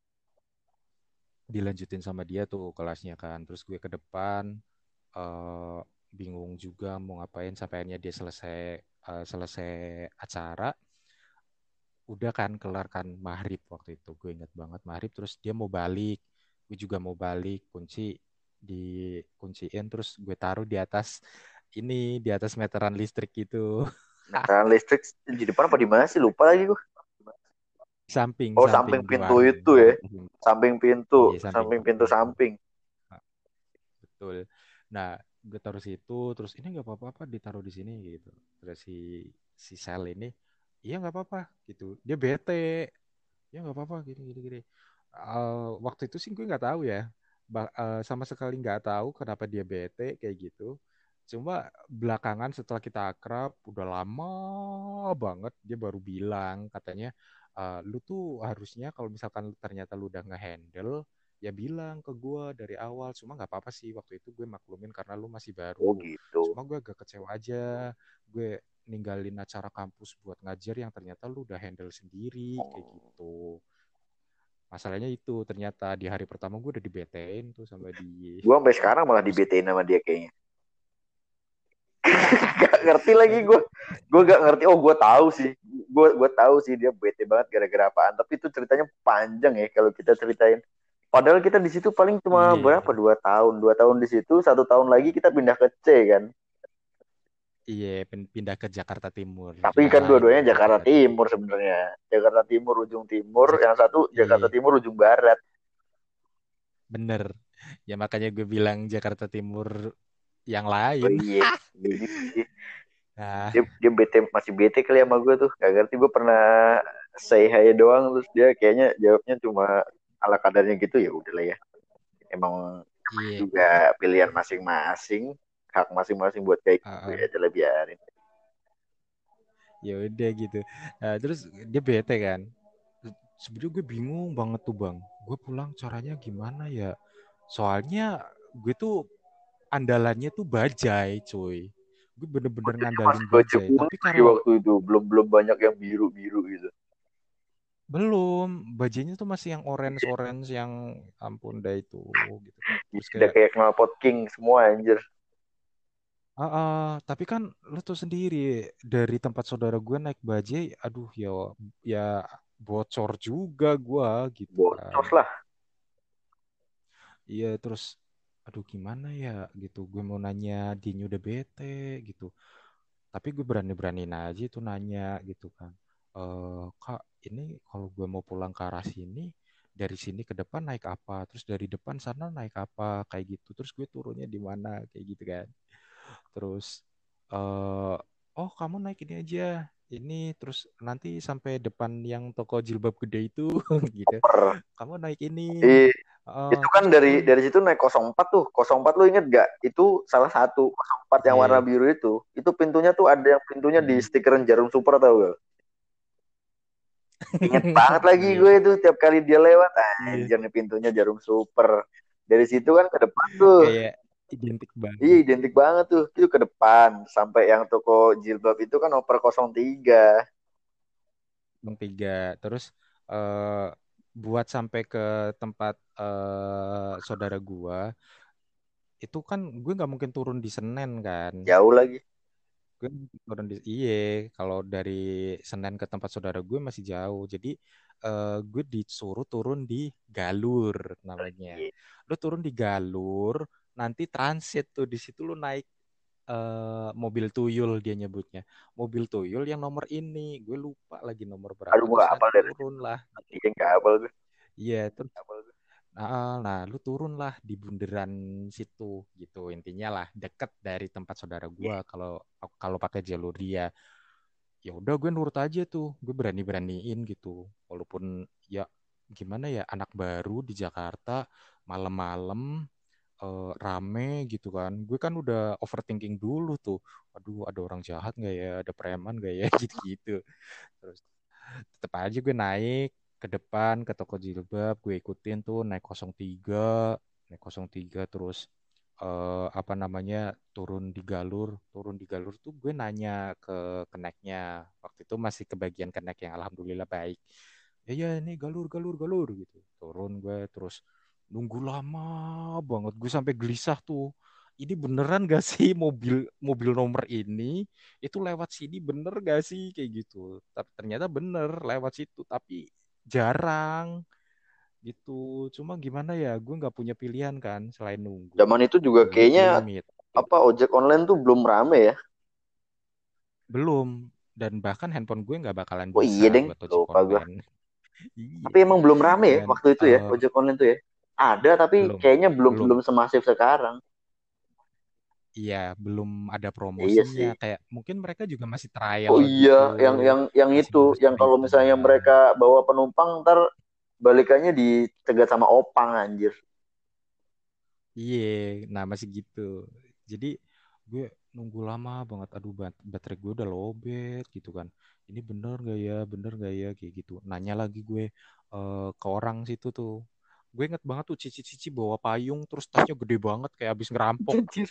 [SPEAKER 1] dilanjutin sama dia tuh kelasnya kan. Terus gue ke depan eh, bingung juga mau ngapain sampai akhirnya dia selesai eh, selesai acara. Udah kan kelar kan maghrib waktu itu. Gue inget banget maghrib terus dia mau balik. Gue juga mau balik kunci dikunciin terus gue taruh di atas ini di atas meteran listrik gitu.
[SPEAKER 2] Meteran listrik di depan apa di mana sih? Lupa lagi gue.
[SPEAKER 1] Samping
[SPEAKER 2] Oh,
[SPEAKER 1] samping
[SPEAKER 2] samping
[SPEAKER 1] di
[SPEAKER 2] pintu
[SPEAKER 1] warung
[SPEAKER 2] itu
[SPEAKER 1] di
[SPEAKER 2] ya.
[SPEAKER 1] depan pintu.
[SPEAKER 2] Samping pintu,
[SPEAKER 1] Iya samping
[SPEAKER 2] samping pintu
[SPEAKER 1] pintu.
[SPEAKER 2] samping.
[SPEAKER 1] Betul. Nah, gue taruh situ, terus ini nggak apa-apa ditaruh di sini gitu. Terus si si Sel ini, iya nggak apa-apa gitu. Dia bete, ya nggak apa-apa gini gini gini. Eh, waktu itu sih gue nggak tahu ya, Ba- eh, sama sekali nggak tahu kenapa dia bete kayak gitu. Cuma belakangan setelah kita akrab, udah lama banget dia baru bilang katanya, "Eh, lu tuh harusnya kalau misalkan lu- ternyata lu udah ngehandle, ya bilang ke gue dari awal. Cuma nggak apa-apa sih waktu itu gue maklumin karena lu masih
[SPEAKER 2] Oh
[SPEAKER 1] baru.
[SPEAKER 2] gitu.
[SPEAKER 1] Cuma gue agak kecewa aja, gue ninggalin acara kampus buat ngajar yang ternyata lu udah handle sendiri kayak
[SPEAKER 2] Oh.
[SPEAKER 1] gitu. Masalahnya itu ternyata di hari pertama gue udah dibetein tuh sama dia.
[SPEAKER 2] Gue sampai sekarang malah
[SPEAKER 1] Terus
[SPEAKER 2] dibetain sama dia kayaknya. Gak ngerti lagi gue. Gue gak ngerti. Oh gue tahu sih. Gue gue tahu sih dia bete banget gara-gara apaan. Tapi itu ceritanya panjang ya kalau kita ceritain. Padahal kita di situ paling cuma
[SPEAKER 1] iya,
[SPEAKER 2] berapa? Dua tahun. Dua tahun di situ. Satu tahun lagi kita pindah ke C kan.
[SPEAKER 1] iya pindah ke Jakarta Timur,
[SPEAKER 2] Tapi kan
[SPEAKER 1] dimarahin
[SPEAKER 2] dua-duanya
[SPEAKER 1] dong
[SPEAKER 2] Jakarta
[SPEAKER 1] Jakarta Timur.
[SPEAKER 2] Timur sebenarnya. Jakarta Timur ujung timur.
[SPEAKER 1] Jak
[SPEAKER 2] Yang satu Jakarta
[SPEAKER 1] iya,
[SPEAKER 2] Timur ujung barat.
[SPEAKER 1] bener. Ya makanya gue bilang Jakarta Timur yang
[SPEAKER 2] Oh
[SPEAKER 1] lain.
[SPEAKER 2] iya. Jadi
[SPEAKER 1] Nah,
[SPEAKER 2] dia, dia bete masih bete kali sama gue tuh. Gak ngerti gue pernah say hi doang terus dia kayaknya jawabnya cuma ala kadarnya gitu ya udahlah ya. Emang
[SPEAKER 1] iya,
[SPEAKER 2] juga pilihan masing-masing, hak masing-masing buat kayak gitu
[SPEAKER 1] uh,
[SPEAKER 2] ya udah biarin.
[SPEAKER 1] ya udah gitu. Nah, terus dia bete kan. Sebenarnya gue bingung banget tuh bang. Gue pulang caranya gimana ya? Soalnya gue tuh andalannya tuh bajai, cuy. Gue bener-bener
[SPEAKER 2] Bocahnya masih
[SPEAKER 1] ngandalin
[SPEAKER 2] baju
[SPEAKER 1] bajai.
[SPEAKER 2] ungu
[SPEAKER 1] Tapi
[SPEAKER 2] lagi
[SPEAKER 1] kalau
[SPEAKER 2] waktu itu, belum belum banyak yang biru biru gitu.
[SPEAKER 1] belum, bajainya tuh masih yang orange-orange yang ampun dah itu gitu kan. Terus
[SPEAKER 2] Udah
[SPEAKER 1] kayak
[SPEAKER 2] kayak knalpot king semua anjir.
[SPEAKER 1] ah, ah, tapi kan lu tuh sendiri dari tempat saudara gue naik bajai, aduh ya ya bocor juga gua gitu kan.
[SPEAKER 2] Bocos lah.
[SPEAKER 1] Iya terus aduh gimana ya gitu. Gue mau nanya Dinyu udah bete gitu. Tapi gue berani-beraniin aja itu nanya gitu kan. Eh Kak, ini kalau gue mau pulang ke arah sini, dari sini ke depan naik apa? Terus dari depan sana naik apa? Kayak gitu. Terus gue turunnya di mana? Kayak gitu kan. Terus eh oh kamu naik ini aja. Ini terus nanti sampai depan yang toko jilbab gede itu gitu.
[SPEAKER 2] Per.
[SPEAKER 1] Kamu naik ini.
[SPEAKER 2] Ih,
[SPEAKER 1] Eh
[SPEAKER 2] itu kan
[SPEAKER 1] terus
[SPEAKER 2] dari
[SPEAKER 1] tuh
[SPEAKER 2] dari situ naik nol empat tuh. nol empat lu inget gak? Itu salah satu nol empat yang warna
[SPEAKER 1] iya.
[SPEAKER 2] biru itu. Itu pintunya tuh ada yang pintunya di
[SPEAKER 1] Mm.
[SPEAKER 2] stikeran jarum super tau gak? Ingat banget lagi
[SPEAKER 1] Iya.
[SPEAKER 2] gue itu tiap kali dia lewat
[SPEAKER 1] Iya.
[SPEAKER 2] anjir nih pintunya jarum super. Dari situ kan ke depan tuh.
[SPEAKER 1] Kayak identik
[SPEAKER 2] Iya
[SPEAKER 1] banget.
[SPEAKER 2] identik banget tuh. Itu ke depan sampai yang toko jilbab itu kan oper nol tiga.
[SPEAKER 1] Bang tiga. Terus eh, buat sampai ke tempat eh, saudara gua, itu kan gue nggak mungkin turun di Senen kan.
[SPEAKER 2] Jauh lagi.
[SPEAKER 1] Gue turun di iye. Kalau dari Senen ke tempat saudara gue masih jauh. Jadi eh, gue disuruh turun di Galur namanya.
[SPEAKER 2] Iya.
[SPEAKER 1] Lu turun di Galur, nanti transit tuh di situ lu naik eh, mobil tuyul dia nyebutnya. Mobil tuyul yang nomor ini. Gue lupa lagi nomor berapa.
[SPEAKER 2] Aduh gue
[SPEAKER 1] Terus
[SPEAKER 2] apa
[SPEAKER 1] nanti
[SPEAKER 2] dari
[SPEAKER 1] turun lah.
[SPEAKER 2] iya nggak hafal gue.
[SPEAKER 1] Iya, terus nah, nah lu turun lah di bundaran situ gitu. Intinya lah deket dari tempat saudara
[SPEAKER 2] Iya.
[SPEAKER 1] gua kalau kalau pakai jalur dia. Ya udah gue nurut aja tuh. Gue berani-beraniin gitu. Walaupun ya gimana ya anak baru di Jakarta malam-malam eh, rame gitu kan. Gue kan udah overthinking dulu tuh. Aduh, ada orang jahat nggak ya? Ada preman nggak ya? Gitu-gitu. Terus tetap aja gue naik ke depan ke toko jilbab, gue ikutin tuh naik nol tiga, naik nol tiga terus eh, apa namanya turun di galur, turun di galur tuh gue nanya ke keneknya. Waktu itu masih kebagian kenek yang alhamdulillah baik. Ya ya ini galur galur galur gitu. Turun gue terus nunggu lama banget, gue sampai gelisah tuh. Ini beneran gak sih mobil mobil nomor ini itu lewat sini bener gak sih kayak gitu. Tapi ternyata bener lewat situ, tapi jarang gitu. Cuma gimana ya, gue nggak punya pilihan kan selain nunggu.
[SPEAKER 2] Zaman itu juga
[SPEAKER 1] Duit
[SPEAKER 2] kayaknya
[SPEAKER 1] gue limit.
[SPEAKER 2] apa ojek online tuh belum rame ya.
[SPEAKER 1] Belum. Dan bahkan handphone gue nggak bakalan
[SPEAKER 2] Oh
[SPEAKER 1] bisa
[SPEAKER 2] iya deng
[SPEAKER 1] buat ojek
[SPEAKER 2] lupa gue.
[SPEAKER 1] online. Iya.
[SPEAKER 2] Tapi emang belum rame ya
[SPEAKER 1] Dan
[SPEAKER 2] waktu itu ya
[SPEAKER 1] eh,
[SPEAKER 2] ojek online tuh ya. Ada tapi
[SPEAKER 1] belum,
[SPEAKER 2] kayaknya belum
[SPEAKER 1] belum.
[SPEAKER 2] belum semasif sekarang.
[SPEAKER 1] Iya, belum ada
[SPEAKER 2] Iya
[SPEAKER 1] promosinya.
[SPEAKER 2] sih.
[SPEAKER 1] Kayak mungkin mereka juga masih
[SPEAKER 2] Oh
[SPEAKER 1] trial
[SPEAKER 2] iya,
[SPEAKER 1] gitu,
[SPEAKER 2] yang yang yang
[SPEAKER 1] masih
[SPEAKER 2] itu, yang kalau misalnya
[SPEAKER 1] beta-betaan.
[SPEAKER 2] mereka bawa penumpang ntar balikannya dicegat sama opang anjir.
[SPEAKER 1] Iya, nah masih gitu. Jadi gue nunggu lama banget, aduh bat- baterai gue udah lowbat gitu kan, ini bener gak ya, bener gak ya, kayak gitu. Nanya lagi gue eh, ke orang situ tuh. Gue inget banget tuh Cici-Cici bawa payung terus tasnya gede banget kayak habis ngerampok.
[SPEAKER 2] Anjir.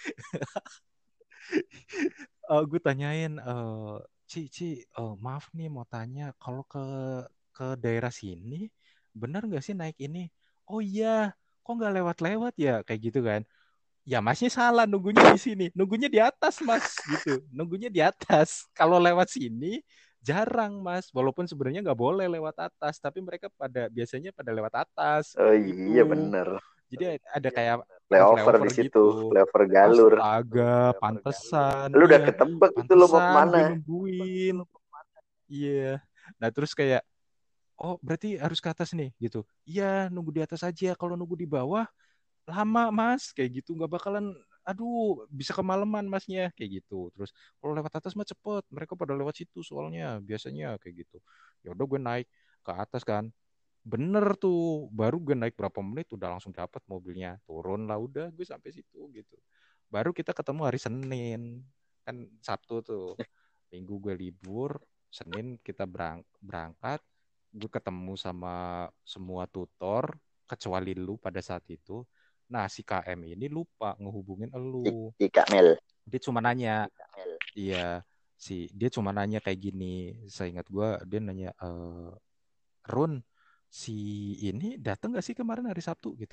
[SPEAKER 1] Eh, gue tanyain, eh Cici, eh, maaf nih mau tanya, kalau ke ke daerah sini bener nggak sih naik ini? Oh iya, kok nggak lewat-lewat ya, kayak gitu kan. Ya masnya salah, nunggunya di sini, nunggunya di atas mas, gitu, nunggunya di atas. Kalau lewat sini jarang mas, walaupun sebenarnya nggak boleh lewat atas, tapi mereka pada biasanya pada lewat atas
[SPEAKER 2] Oh
[SPEAKER 1] gitu.
[SPEAKER 2] iya bener.
[SPEAKER 1] Jadi ada kayak eh,
[SPEAKER 2] Flyover
[SPEAKER 1] flyover
[SPEAKER 2] di situ,
[SPEAKER 1] gitu.
[SPEAKER 2] flyover galur.
[SPEAKER 1] Astaga, pantesan,
[SPEAKER 2] Lu udah
[SPEAKER 1] iya,
[SPEAKER 2] ketebak itu lu mau
[SPEAKER 1] pantesan gue
[SPEAKER 2] kemana?
[SPEAKER 1] nungguin, iya. Nah terus kayak, oh berarti harus ke atas nih, gitu. Iya, nunggu di atas aja. Kalau nunggu di bawah lama mas, kayak gitu, nggak bakalan, aduh bisa kemalaman masnya, kayak gitu. Terus kalau lewat atas mah cepet, mereka pada lewat situ soalnya biasanya, kayak gitu. Ya udah gue naik ke atas kan, bener tuh, baru gue naik berapa menit udah langsung dapat mobilnya, turun lah, udah gue sampai situ gitu. Baru kita ketemu hari Senin, kan Sabtu tuh, Minggu gue libur, Senin kita berang berangkat, gue ketemu sama semua tutor kecuali lu pada saat itu. Nah, si K M ini lupa ngehubungin
[SPEAKER 2] I,
[SPEAKER 1] elu.
[SPEAKER 2] I Kak Mel.
[SPEAKER 1] Dia cuma nanya, iya, si dia cuma nanya kayak gini. Saya ingat gue, dia nanya, eh Run, si ini datang gak sih kemarin hari Sabtu gitu.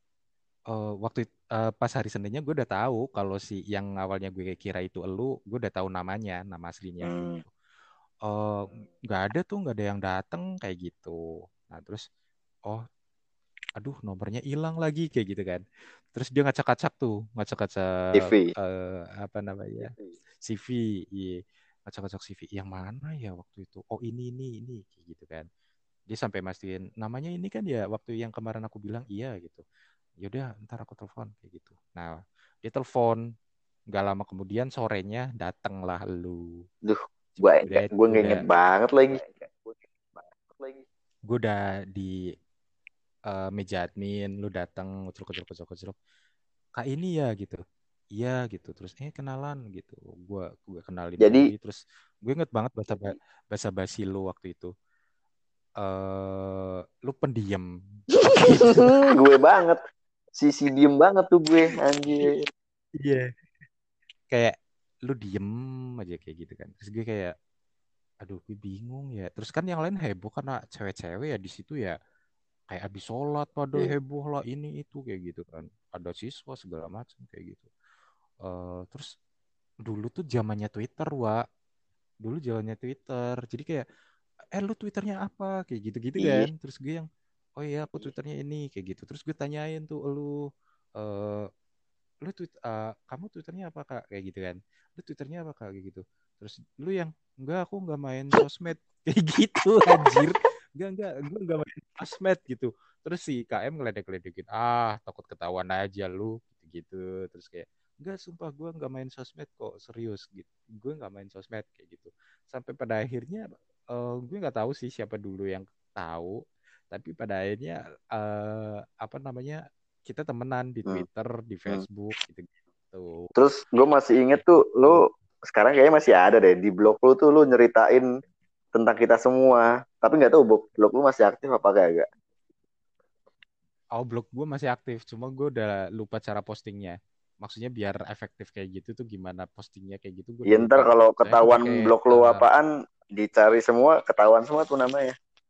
[SPEAKER 1] Eh, waktu it- eh, pas hari Seninnya gue udah tahu kalau si yang awalnya gue kira itu elu, gue udah tahu namanya, nama aslinya, kayak
[SPEAKER 2] Hmm.
[SPEAKER 1] gitu. Eh, nggak ada tuh, nggak ada yang datang, kayak gitu. Nah terus, oh aduh nomornya hilang lagi, kayak gitu kan. Terus dia ngacak-ngacak tuh, ngacak-ngacak
[SPEAKER 2] T V.
[SPEAKER 1] eh, apa namanya, C V, iya, ngacak-ngacak C V yang mana ya waktu itu. Oh ini ini ini, kayak gitu kan. Dia sampai mastiin namanya ini kan ya waktu yang kemarin aku bilang iya gitu. Yaudah ntar aku telepon, kayak gitu. Nah dia telepon, nggak lama kemudian sorenya datanglah lu.
[SPEAKER 2] Duh, gue enggak,
[SPEAKER 1] Jebret,
[SPEAKER 2] gue
[SPEAKER 1] gue
[SPEAKER 2] nggak
[SPEAKER 1] udah
[SPEAKER 2] inget banget lagi.
[SPEAKER 1] gue udah di eh, meja admin, lu datang, ngucruk ngucruk ngucruk ngucruk, kak ini ya gitu, iya gitu, terus eh kenalan gitu, gue gue kenalin diri,
[SPEAKER 2] Jadi
[SPEAKER 1] terus gue inget banget bahasa bahasa basi lu waktu itu, eh lu pendiam waktu itu.
[SPEAKER 2] gue banget. Sisi diem banget tuh gue, anjir.
[SPEAKER 1] Iya, kayak lu diem aja kayak gitu kan, terus gue kayak aduh gue bingung ya, terus kan yang lain heboh karena cewek-cewek ya di situ ya, kayak abis sholat pada
[SPEAKER 2] Iya.
[SPEAKER 1] heboh lah ini itu, kayak gitu kan, ada siswa segala macam kayak gitu. Eh, terus dulu tuh zamannya Twitter, wa dulu zamannya Twitter, jadi kayak eh lu Twitternya apa, kayak gitu-gitu
[SPEAKER 2] Iya.
[SPEAKER 1] kan, terus gue yang oh iya aku Twitternya ini, kayak gitu. Terus gue tanyain tuh lu, eh lu tweet eh, kamu Twitternya apa kak, kayak gitu kan, lu Twitternya apa kak, kayak gitu. Terus lu yang enggak, aku enggak main sosmed, kayak gitu anjir, enggak enggak gue enggak main sosmed gitu. Terus si K M ngeledek-ledekin, ah takut ketahuan aja lu, gitu-gitu. Terus kayak enggak, sumpah gue enggak main sosmed kok, serius gitu, gue enggak main sosmed, kayak gitu. Sampai pada akhirnya eh, gue nggak tahu sih siapa dulu yang tahu, tapi pada akhirnya eh, apa namanya, kita temenan di
[SPEAKER 2] Hmm.
[SPEAKER 1] Twitter, di
[SPEAKER 2] Hmm.
[SPEAKER 1] Facebook gitu-gitu.
[SPEAKER 2] Terus gue masih inget tuh, lu
[SPEAKER 1] Gitu.
[SPEAKER 2] sekarang kayaknya masih ada deh di blog lu tuh, lu nyeritain tentang kita semua. Tapi nggak tahu blog blog lu masih aktif apa kagak.
[SPEAKER 1] Oh, blog gue masih aktif, cuma gue udah lupa cara postingnya. Maksudnya biar efektif kayak gitu tuh gimana postingnya, kayak gitu gue
[SPEAKER 2] Ya
[SPEAKER 1] udah
[SPEAKER 2] ntar
[SPEAKER 1] lupa.
[SPEAKER 2] kalau
[SPEAKER 1] Soalnya
[SPEAKER 2] ketahuan
[SPEAKER 1] kepake
[SPEAKER 2] blog lu
[SPEAKER 1] eh,
[SPEAKER 2] apaan, dicari semua, ketahuan semua tuh namanya.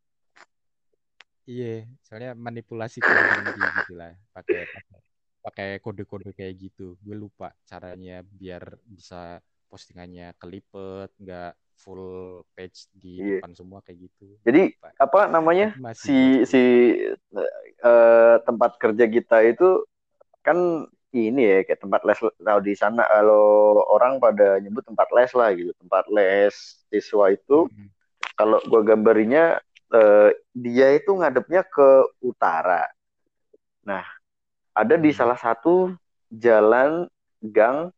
[SPEAKER 1] iya, soalnya manipulasi coding kayak gitu lah, pakai pakai pakai kode-kode kayak gitu. Gue lupa caranya biar bisa postingannya kelipet, nggak full page di
[SPEAKER 2] Iya.
[SPEAKER 1] depan semua, kayak gitu. Gue
[SPEAKER 2] Jadi
[SPEAKER 1] lupa.
[SPEAKER 2] apa namanya,
[SPEAKER 1] Tapi masih inget
[SPEAKER 2] si
[SPEAKER 1] sih.
[SPEAKER 2] si eh, tempat kerja kita itu kan ini ya kayak tempat les, kalau di sana kalau orang pada nyebut tempat les lah gitu, tempat les siswa itu.
[SPEAKER 1] Mm-mm.
[SPEAKER 2] Kalau gua gambarinya, eh, dia itu ngadepnya ke utara. Nah, ada di
[SPEAKER 1] Mm-mm.
[SPEAKER 2] salah satu jalan gang,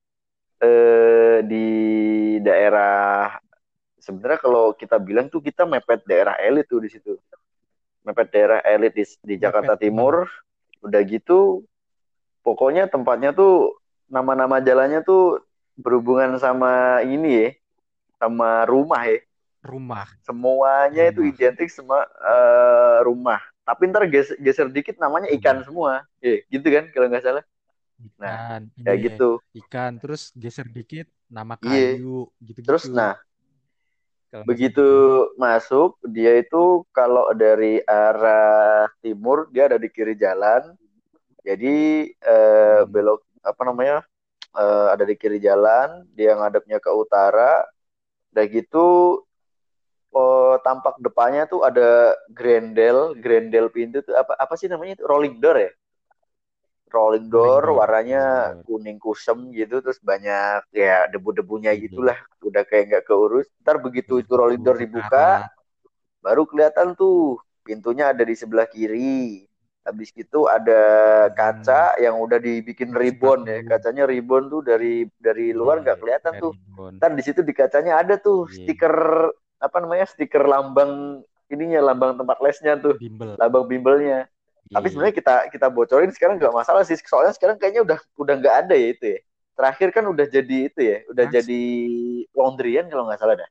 [SPEAKER 2] eh, di daerah, sebenarnya kalau kita bilang tuh kita mepet daerah elit tuh di situ. Mepet daerah elit di, di
[SPEAKER 1] Mepet
[SPEAKER 2] Jakarta
[SPEAKER 1] gimana?
[SPEAKER 2] Timur. Udah gitu pokoknya tempatnya tuh nama-nama jalannya tuh berhubungan sama ini ya, sama rumah ya.
[SPEAKER 1] Rumah,
[SPEAKER 2] Semuanya itu
[SPEAKER 1] rumah,
[SPEAKER 2] identik sama eh, rumah. Tapi ntar geser, geser dikit namanya ikan
[SPEAKER 1] rumah.
[SPEAKER 2] semua. Eh, gitu kan kalau nggak salah. Nah,
[SPEAKER 1] Ikan,
[SPEAKER 2] kayak
[SPEAKER 1] iya.
[SPEAKER 2] gitu.
[SPEAKER 1] Ikan, terus geser dikit nama
[SPEAKER 2] Iya.
[SPEAKER 1] kayu,
[SPEAKER 2] Terus
[SPEAKER 1] gitu-gitu.
[SPEAKER 2] nah,
[SPEAKER 1] Kalau nggak salah
[SPEAKER 2] begitu
[SPEAKER 1] gitu.
[SPEAKER 2] masuk dia itu kalau dari arah timur dia ada di kiri jalan. Jadi eh,
[SPEAKER 1] Hmm.
[SPEAKER 2] belok apa namanya? Eh, ada di kiri jalan, dia ngadepnya ke utara. Udah gitu oh, tampak depannya tuh ada grendel, grendel pintu tuh apa apa sih namanya itu rolling door ya? Rolling
[SPEAKER 1] Rolling
[SPEAKER 2] door
[SPEAKER 1] door, rolling
[SPEAKER 2] warnanya
[SPEAKER 1] door.
[SPEAKER 2] kuning kusem gitu terus banyak ya debu-debunya
[SPEAKER 1] Iya.
[SPEAKER 2] gitulah udah kayak nggak keurus ntar begitu itu rolling
[SPEAKER 1] Debu-debu
[SPEAKER 2] door dibuka
[SPEAKER 1] berkarat.
[SPEAKER 2] baru kelihatan tuh pintunya ada di sebelah kiri habis itu ada
[SPEAKER 1] Mm-mm.
[SPEAKER 2] kaca yang udah dibikin
[SPEAKER 1] Ada
[SPEAKER 2] ribbon ya
[SPEAKER 1] sepatu.
[SPEAKER 2] kacanya ribbon tuh dari dari luar nggak
[SPEAKER 1] Iya,
[SPEAKER 2] kelihatan
[SPEAKER 1] dari
[SPEAKER 2] tuh
[SPEAKER 1] Bon.
[SPEAKER 2] ntar di situ di kacanya ada tuh
[SPEAKER 1] Iya.
[SPEAKER 2] stiker apa namanya stiker lambang ininya lambang tempat lesnya tuh
[SPEAKER 1] Bimbel.
[SPEAKER 2] lambang bimbelnya tapi
[SPEAKER 1] Iya.
[SPEAKER 2] sebenarnya kita kita bocorin sekarang nggak masalah sih soalnya sekarang kayaknya udah udah nggak ada ya itu ya terakhir kan udah jadi itu ya udah
[SPEAKER 1] Mas,
[SPEAKER 2] jadi laundryan kalau nggak salah dah.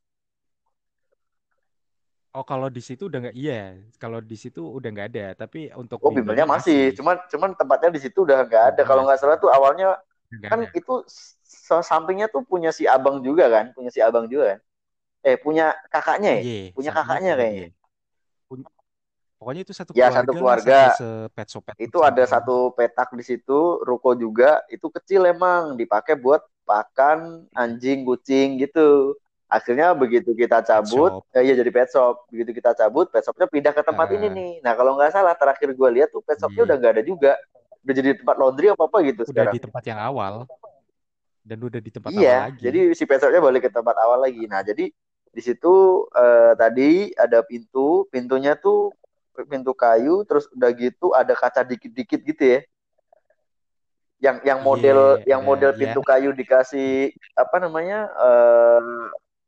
[SPEAKER 1] oh kalau di situ udah nggak, iya. Kalau di situ udah nggak ada. Tapi untuk
[SPEAKER 2] Oh bimbelnya
[SPEAKER 1] bimbelnya
[SPEAKER 2] masih
[SPEAKER 1] masih.
[SPEAKER 2] cuman cuman tempatnya di situ udah nggak ada
[SPEAKER 1] Bimbel
[SPEAKER 2] kalau nggak
[SPEAKER 1] masih.
[SPEAKER 2] salah tuh awalnya
[SPEAKER 1] Udah nggak
[SPEAKER 2] kan
[SPEAKER 1] ada.
[SPEAKER 2] itu s- sampingnya tuh punya si abang juga kan punya si abang juga kan eh punya kakaknya ya
[SPEAKER 1] Iya,
[SPEAKER 2] punya
[SPEAKER 1] sampingnya
[SPEAKER 2] kakaknya
[SPEAKER 1] punya
[SPEAKER 2] kayaknya
[SPEAKER 1] dia. Pun- Pokoknya itu satu
[SPEAKER 2] ya satu
[SPEAKER 1] keluarga lah sampai
[SPEAKER 2] keluarga
[SPEAKER 1] sepet sopet
[SPEAKER 2] itu ada
[SPEAKER 1] samping itu.
[SPEAKER 2] satu petak di situ ruko juga itu kecil emang dipakai buat pakan anjing kucing gitu akhirnya begitu kita
[SPEAKER 1] Pet
[SPEAKER 2] cabut
[SPEAKER 1] shop.
[SPEAKER 2] eh, iya jadi pet shop begitu kita cabut pet shopnya pindah ke tempat ini
[SPEAKER 1] Heeh.
[SPEAKER 2] nih nah kalau nggak salah terakhir gue lihat tuh pet shopnya udah
[SPEAKER 1] Iya.
[SPEAKER 2] nggak ada juga udah jadi tempat laundry apa apa gitu
[SPEAKER 1] Udah
[SPEAKER 2] sekarang
[SPEAKER 1] di tempat yang awal dan udah di tempat
[SPEAKER 2] iya
[SPEAKER 1] awal
[SPEAKER 2] jadi
[SPEAKER 1] lagi.
[SPEAKER 2] si pet shopnya balik ke tempat awal lagi nah jadi di situ eh, tadi ada pintu pintunya tuh pintu kayu terus udah gitu ada kaca dikit-dikit gitu ya yang yang
[SPEAKER 1] Iya,
[SPEAKER 2] model yang
[SPEAKER 1] ada
[SPEAKER 2] model
[SPEAKER 1] ya.
[SPEAKER 2] pintu kayu dikasih apa namanya eh,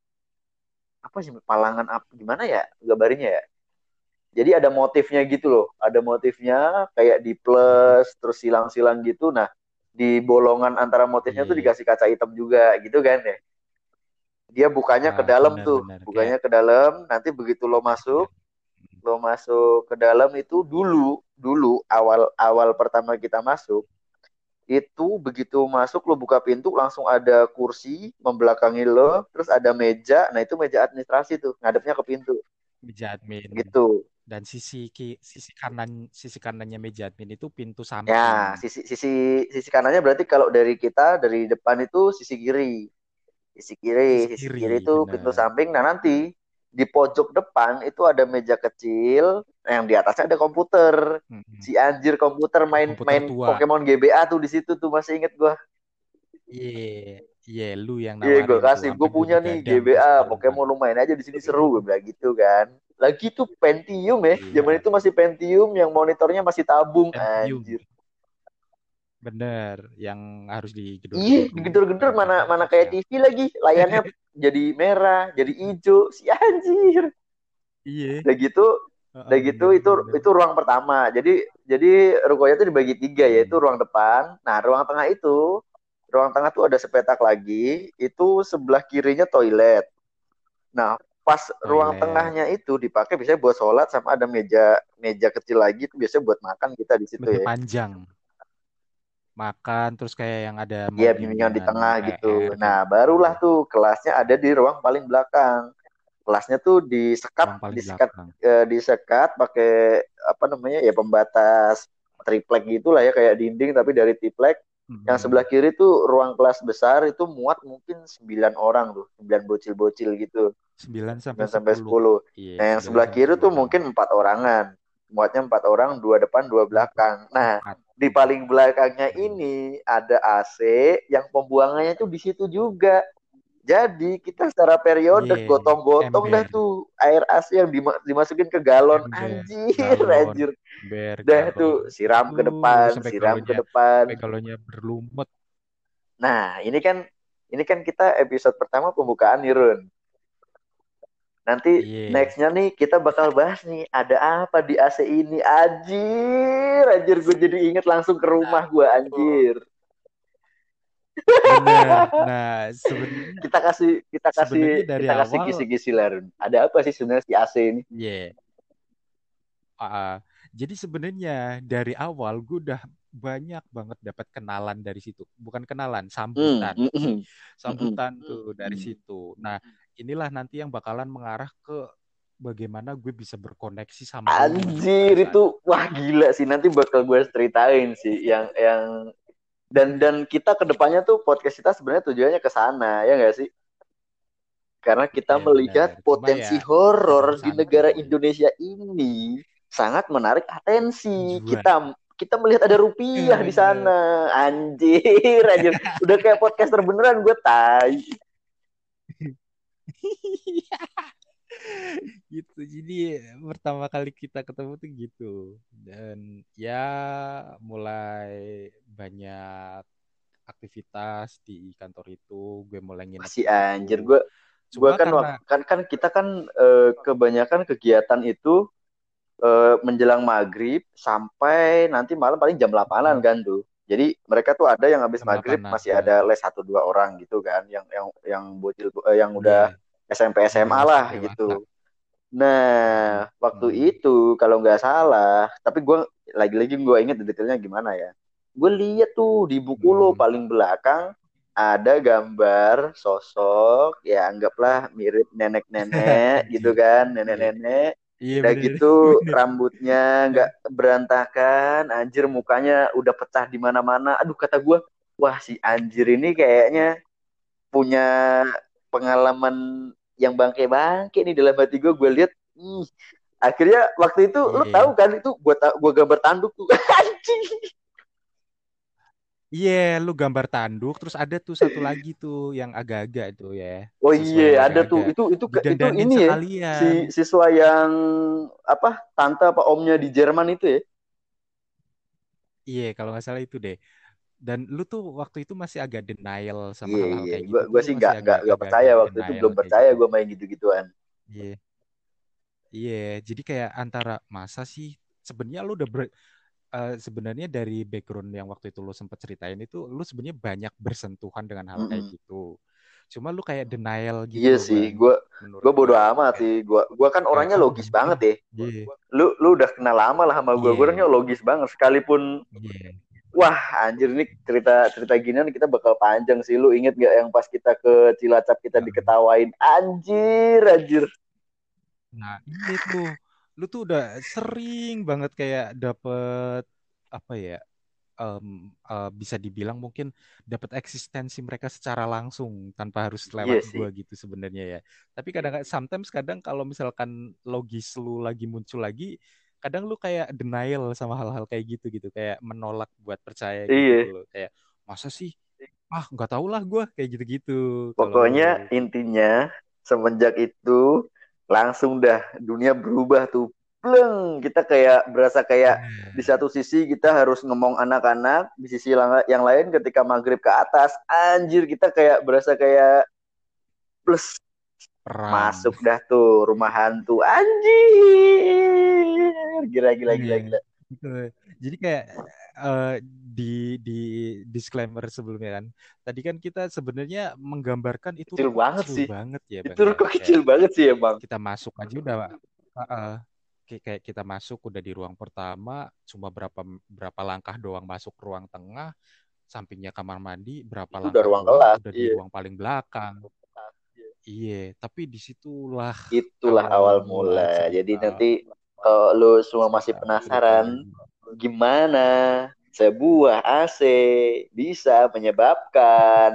[SPEAKER 2] apa sih palangan apa gimana ya gambarnya ya jadi ada motifnya gitu loh ada motifnya kayak di
[SPEAKER 1] Iya,
[SPEAKER 2] plus terus silang-silang gitu nah di bolongan antara motifnya tuh
[SPEAKER 1] iya.
[SPEAKER 2] dikasih kaca hitam juga gitu kan ya dia bukanya ke
[SPEAKER 1] Ah,
[SPEAKER 2] dalam tuh
[SPEAKER 1] benar-benar kayak
[SPEAKER 2] bukanya ke dalam nanti begitu lo masuk
[SPEAKER 1] kaca.
[SPEAKER 2] lo masuk ke dalam itu dulu dulu awal awal pertama kita masuk itu begitu masuk lo buka pintu langsung ada kursi membelakangi lo terus ada meja nah itu meja administrasi tuh ngadepnya ke pintu
[SPEAKER 1] Meja admin.
[SPEAKER 2] gitu
[SPEAKER 1] Dan sisi ki- sisi kanan sisi kanannya meja admin itu pintu
[SPEAKER 2] ya
[SPEAKER 1] samping.
[SPEAKER 2] sisi sisi sisi kanannya berarti kalau dari kita dari depan itu sisi kiri sisi kiri
[SPEAKER 1] Sisi
[SPEAKER 2] sisi
[SPEAKER 1] kiri,
[SPEAKER 2] kiri itu pintu
[SPEAKER 1] bener.
[SPEAKER 2] samping nah nanti di pojok depan itu ada meja kecil yang di atasnya ada komputer
[SPEAKER 1] Mm-mm.
[SPEAKER 2] si anjir komputer
[SPEAKER 1] Ada
[SPEAKER 2] main
[SPEAKER 1] komputer
[SPEAKER 2] main
[SPEAKER 1] tua.
[SPEAKER 2] Pokemon G B A tuh di situ tuh masih inget gua.
[SPEAKER 1] Iya, iya, lu yang
[SPEAKER 2] Iya gue
[SPEAKER 1] nawarin tuh,
[SPEAKER 2] kasih, gue
[SPEAKER 1] sampai gue
[SPEAKER 2] punya nih
[SPEAKER 1] begadang tuh
[SPEAKER 2] G B A,
[SPEAKER 1] semalaman.
[SPEAKER 2] Pokemon lu main aja di sini seru, gue bilang gitu kan. Lagi tuh Pentium ya, zaman
[SPEAKER 1] Iya,
[SPEAKER 2] itu masih Pentium yang monitornya masih tabung,
[SPEAKER 1] Pentium,
[SPEAKER 2] anjir.
[SPEAKER 1] bener, yang harus
[SPEAKER 2] Ih,
[SPEAKER 1] digedor-gedor dulu
[SPEAKER 2] gedor-gedor
[SPEAKER 1] pakai
[SPEAKER 2] mana
[SPEAKER 1] kabel
[SPEAKER 2] mana
[SPEAKER 1] terus
[SPEAKER 2] kayak
[SPEAKER 1] yang
[SPEAKER 2] T V lagi, layarnya jadi merah, jadi hijau, si anjir.
[SPEAKER 1] iya,
[SPEAKER 2] Udah gitu, udah
[SPEAKER 1] heeh,
[SPEAKER 2] gitu
[SPEAKER 1] bener
[SPEAKER 2] itu
[SPEAKER 1] bener.
[SPEAKER 2] itu ruang pertama. Jadi jadi rukonya itu dibagi tiga yaitu
[SPEAKER 1] Mm-mm.
[SPEAKER 2] ruang depan. Nah, ruang tengah itu, ruang tengah tuh ada sepetak lagi, itu sebelah kirinya toilet. Nah, pas ruang
[SPEAKER 1] Toilet,
[SPEAKER 2] tengahnya itu dipakai biasanya buat sholat sama ada meja meja kecil lagi itu biasanya buat makan kita di situ
[SPEAKER 1] meja
[SPEAKER 2] ya.
[SPEAKER 1] panjang, makan terus kayak yang ada mau
[SPEAKER 2] Iya, bimbingan di
[SPEAKER 1] bimbingan
[SPEAKER 2] tengah gitu.
[SPEAKER 1] P R kayak
[SPEAKER 2] Nah,
[SPEAKER 1] gitu.
[SPEAKER 2] barulah tuh kelasnya ada di ruang paling belakang. Kelasnya tuh disekat
[SPEAKER 1] Ruang paling
[SPEAKER 2] disekat
[SPEAKER 1] belakang.
[SPEAKER 2] eh, disekat pakai apa namanya ya pembatas triplek gitulah ya kayak dinding tapi dari triplek. Yang
[SPEAKER 1] Mm-mm.
[SPEAKER 2] sebelah kiri tuh ruang kelas besar itu muat mungkin sembilan orang tuh, sembilan bocil-bocil gitu.
[SPEAKER 1] sembilan sampai
[SPEAKER 2] sembilan sampai
[SPEAKER 1] sepuluh.
[SPEAKER 2] sepuluh.
[SPEAKER 1] Iya,
[SPEAKER 2] Nah, yang
[SPEAKER 1] sembilan
[SPEAKER 2] sebelah
[SPEAKER 1] sampai
[SPEAKER 2] kiri
[SPEAKER 1] sepuluh
[SPEAKER 2] tuh
[SPEAKER 1] orang.
[SPEAKER 2] mungkin empat orangan. Muatnya empat orang, dua depan, dua
[SPEAKER 1] Hmm,
[SPEAKER 2] belakang. Nah,
[SPEAKER 1] empat.
[SPEAKER 2] di
[SPEAKER 1] Iya.
[SPEAKER 2] paling belakangnya
[SPEAKER 1] Hmm.
[SPEAKER 2] ini ada A C yang pembuangannya tuh di situ juga. Jadi kita secara periode
[SPEAKER 1] Iya,
[SPEAKER 2] gotong-gotong dah
[SPEAKER 1] ember,
[SPEAKER 2] tuh air A C yang dima- dimasukin ke galon.
[SPEAKER 1] ember,
[SPEAKER 2] Anjir,
[SPEAKER 1] galon,
[SPEAKER 2] anjir.
[SPEAKER 1] ember,
[SPEAKER 2] Dah
[SPEAKER 1] galon.
[SPEAKER 2] tuh siram ke
[SPEAKER 1] Uh,
[SPEAKER 2] depan,
[SPEAKER 1] sampai
[SPEAKER 2] siram ke
[SPEAKER 1] galonnya, sampai
[SPEAKER 2] depan.
[SPEAKER 1] galonnya berlumut.
[SPEAKER 2] Nah, ini kan ini kan kita episode pertama pembukaan nih, Run. Nanti
[SPEAKER 1] Iya.
[SPEAKER 2] nextnya nih kita bakal bahas nih ada apa di A C ini anjir anjir gue jadi inget langsung ke rumah gue
[SPEAKER 1] Oh,
[SPEAKER 2] anjir
[SPEAKER 1] Nah, nah sebenarnya
[SPEAKER 2] kita kasih kita kasih
[SPEAKER 1] sebenarnya dari
[SPEAKER 2] kita kasih
[SPEAKER 1] awal,
[SPEAKER 2] kisi-kisi lah Run. Ada apa sih sebenarnya si A C ini?
[SPEAKER 1] ya, yeah, jadi sebenarnya dari awal gue udah banyak banget dapat kenalan dari situ. Bukan kenalan,
[SPEAKER 2] Hmm,
[SPEAKER 1] sambutan
[SPEAKER 2] hmm,
[SPEAKER 1] sih.
[SPEAKER 2] hmm, hmm, hmm.
[SPEAKER 1] Sambutan tuh dari situ. Nah, inilah nanti yang bakalan mengarah ke bagaimana gue bisa berkoneksi sama lu nih
[SPEAKER 2] Anjir
[SPEAKER 1] pada saat
[SPEAKER 2] itu
[SPEAKER 1] itu.
[SPEAKER 2] wah gila sih, nanti bakal gue ceritain sih yang yang dan dan kita kedepannya tuh podcast kita sebenarnya tujuannya ke sana ya nggak sih? Karena kita
[SPEAKER 1] Iya
[SPEAKER 2] melihat
[SPEAKER 1] benar. Cuma ya
[SPEAKER 2] potensi
[SPEAKER 1] kadang
[SPEAKER 2] horor di negara
[SPEAKER 1] santuy.
[SPEAKER 2] Indonesia ini sangat menarik atensi.
[SPEAKER 1] Jual.
[SPEAKER 2] Kita kita melihat ada rupiah di sana. Anjir, anjir. Udah kayak podcaster beneran gue tai.
[SPEAKER 1] Gitu. Jadi pertama kali kita ketemu tuh gitu. Dan ya mulai banyak aktivitas di kantor itu, gue mulai nginep
[SPEAKER 2] Masih
[SPEAKER 1] di situ.
[SPEAKER 2] anjir gue gue
[SPEAKER 1] Cuma
[SPEAKER 2] kan
[SPEAKER 1] karena
[SPEAKER 2] wak- kan kan kita kan eh, kebanyakan kegiatan itu eh, menjelang maghrib sampai nanti malam paling jam delapanan
[SPEAKER 1] mm,
[SPEAKER 2] kan tuh. Jadi mereka tuh ada yang habis
[SPEAKER 1] jam
[SPEAKER 2] maghrib
[SPEAKER 1] delapanan.
[SPEAKER 2] masih ada les satu dua orang gitu kan, yang yang yang bocil eh, yang udah
[SPEAKER 1] Iya,
[SPEAKER 2] S M P
[SPEAKER 1] yang
[SPEAKER 2] S M A
[SPEAKER 1] dewasa
[SPEAKER 2] lah
[SPEAKER 1] dewasa.
[SPEAKER 2] gitu. Nah,
[SPEAKER 1] Mm,
[SPEAKER 2] waktu
[SPEAKER 1] mm.
[SPEAKER 2] itu kalau nggak salah, tapi gue lagi-lagi gue inget detailnya gimana ya. Gue lihat tuh di buku lo
[SPEAKER 1] Hmm.
[SPEAKER 2] paling belakang ada gambar sosok ya anggaplah mirip nenek-nenek gitu
[SPEAKER 1] Anjir.
[SPEAKER 2] kan,
[SPEAKER 1] Iya,
[SPEAKER 2] nenek-nenek.
[SPEAKER 1] iya
[SPEAKER 2] Udah
[SPEAKER 1] bener,
[SPEAKER 2] gitu
[SPEAKER 1] bener.
[SPEAKER 2] rambutnya nggak berantakan, anjir mukanya udah pecah di mana-mana. Aduh kata gue, wah si anjir ini kayaknya punya pengalaman yang bangke-bangke nih dalam hati gue. Gue lihat, ih, akhirnya waktu itu lu tahu
[SPEAKER 1] Iya.
[SPEAKER 2] kan itu gue ta- gue gambar tanduk tuh. Anjing.
[SPEAKER 1] Iya, lu gambar tanduk, terus ada tuh satu lagi tuh yang agak-agak tuh ya,
[SPEAKER 2] Oh
[SPEAKER 1] siswa
[SPEAKER 2] iya
[SPEAKER 1] yang
[SPEAKER 2] ada tuh
[SPEAKER 1] agak-agak
[SPEAKER 2] itu itu itu
[SPEAKER 1] didandanin
[SPEAKER 2] ini ya si
[SPEAKER 1] sekalian.
[SPEAKER 2] siswa yang apa tante apa omnya di Jerman itu ya.
[SPEAKER 1] Iya, kalau nggak salah itu deh. Dan lu tuh waktu itu masih agak denial sama
[SPEAKER 2] Iya
[SPEAKER 1] hal-hal
[SPEAKER 2] iya
[SPEAKER 1] kayak
[SPEAKER 2] gue
[SPEAKER 1] gitu tuh,
[SPEAKER 2] gue
[SPEAKER 1] lu
[SPEAKER 2] sih
[SPEAKER 1] masih
[SPEAKER 2] nggak nggak
[SPEAKER 1] agak
[SPEAKER 2] nggak percaya
[SPEAKER 1] agak-agak
[SPEAKER 2] waktu itu
[SPEAKER 1] denial
[SPEAKER 2] belum
[SPEAKER 1] kayak
[SPEAKER 2] percaya
[SPEAKER 1] gitu.
[SPEAKER 2] gue main gitu-gituan.
[SPEAKER 1] Iya, iya. Jadi kayak antara masa sih sebenarnya lu udah ber- eh, sebenarnya dari background yang waktu itu lu sempet ceritain itu, lu sebenarnya banyak bersentuhan dengan hal kayak
[SPEAKER 2] Mm-mm.
[SPEAKER 1] gitu. Cuma lu kayak denial gitu
[SPEAKER 2] Iya
[SPEAKER 1] loh,
[SPEAKER 2] sih
[SPEAKER 1] Bang.
[SPEAKER 2] gue
[SPEAKER 1] Menurut
[SPEAKER 2] gue bodo
[SPEAKER 1] gua.
[SPEAKER 2] amat
[SPEAKER 1] Kayak
[SPEAKER 2] sih gue gue kan
[SPEAKER 1] kayak
[SPEAKER 2] orangnya
[SPEAKER 1] ah
[SPEAKER 2] logis
[SPEAKER 1] mungkin
[SPEAKER 2] banget ya.
[SPEAKER 1] iya,
[SPEAKER 2] Lu lu udah kenal lama lah sama gue gue orangnya
[SPEAKER 1] iya,
[SPEAKER 2] logis banget sekalipun.
[SPEAKER 1] iya.
[SPEAKER 2] Wah, anjir ini cerita cerita ginian kita bakal panjang sih. Lu inget gak yang pas kita ke Cilacap kita
[SPEAKER 1] Heeh.
[SPEAKER 2] diketawain? Anjir, anjir.
[SPEAKER 1] Nah, iya tuh. Lu tuh udah sering banget kayak dapet apa ya? em, eh, bisa dibilang mungkin dapat eksistensi mereka secara langsung tanpa harus lewat
[SPEAKER 2] Iya
[SPEAKER 1] gua
[SPEAKER 2] sih.
[SPEAKER 1] gitu sebenarnya ya. Tapi kadang-kadang sometimes kadang kalau misalkan logis lu lagi muncul lagi, kadang lu kayak denial sama hal-hal kayak gitu gitu, kayak menolak buat percaya gitu
[SPEAKER 2] Iya.
[SPEAKER 1] loh. Kayak masa sih? Ah, nggak tau lah gua kayak gitu-gitu kalau lu.
[SPEAKER 2] Pokoknya intinya semenjak itu langsung dah dunia berubah tuh. Pleng, kita kayak berasa kayak di
[SPEAKER 1] Bener.
[SPEAKER 2] satu sisi kita harus ngomong anak-anak, di sisi yang lain ketika maghrib ke atas, anjir kita kayak berasa kayak plus
[SPEAKER 1] Perang.
[SPEAKER 2] masuk dah tuh rumah hantu anjir gila gila
[SPEAKER 1] Iya,
[SPEAKER 2] gila gila
[SPEAKER 1] gitu. Jadi kayak eh, di di disclaimer sebelumnya kan, tadi kan kita sebenarnya menggambarkan itu
[SPEAKER 2] kecil
[SPEAKER 1] ruko
[SPEAKER 2] banget
[SPEAKER 1] kecil
[SPEAKER 2] sih
[SPEAKER 1] banget ya
[SPEAKER 2] itu
[SPEAKER 1] bang ya.
[SPEAKER 2] ruko
[SPEAKER 1] Kayak
[SPEAKER 2] kecil banget sih emang
[SPEAKER 1] kita masuk aja udah, uh, kayak kayak kita masuk udah di ruang pertama, cuma berapa berapa langkah doang masuk ruang tengah, sampingnya kamar mandi, berapa
[SPEAKER 2] itu udah
[SPEAKER 1] langkah
[SPEAKER 2] ruang
[SPEAKER 1] doang
[SPEAKER 2] kelas
[SPEAKER 1] udah di
[SPEAKER 2] iya
[SPEAKER 1] ruang paling belakang. Iya, tapi disitulah
[SPEAKER 2] itulah
[SPEAKER 1] awal
[SPEAKER 2] awal
[SPEAKER 1] mula
[SPEAKER 2] mula jadi
[SPEAKER 1] cerita.
[SPEAKER 2] nanti kalau lu semua masih
[SPEAKER 1] Cerita cerita
[SPEAKER 2] penasaran
[SPEAKER 1] dari
[SPEAKER 2] gimana sebuah A C bisa menyebabkan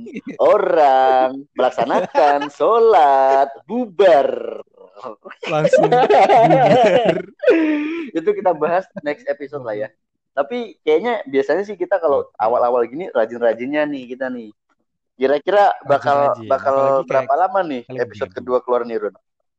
[SPEAKER 2] orang melaksanakan sholat bubar.
[SPEAKER 1] langsung bubar.
[SPEAKER 2] Itu kita bahas next episode lah ya. Tapi kayaknya biasanya sih kita kalau
[SPEAKER 1] Oke,
[SPEAKER 2] awal-awal gini rajin-rajinnya nih kita nih. Kira-kira bakal
[SPEAKER 1] rajin-rajin. Apalagi
[SPEAKER 2] bakal
[SPEAKER 1] kayak
[SPEAKER 2] berapa lama nih
[SPEAKER 1] kalau
[SPEAKER 2] episode
[SPEAKER 1] gaduh.
[SPEAKER 2] kedua keluar nih Run?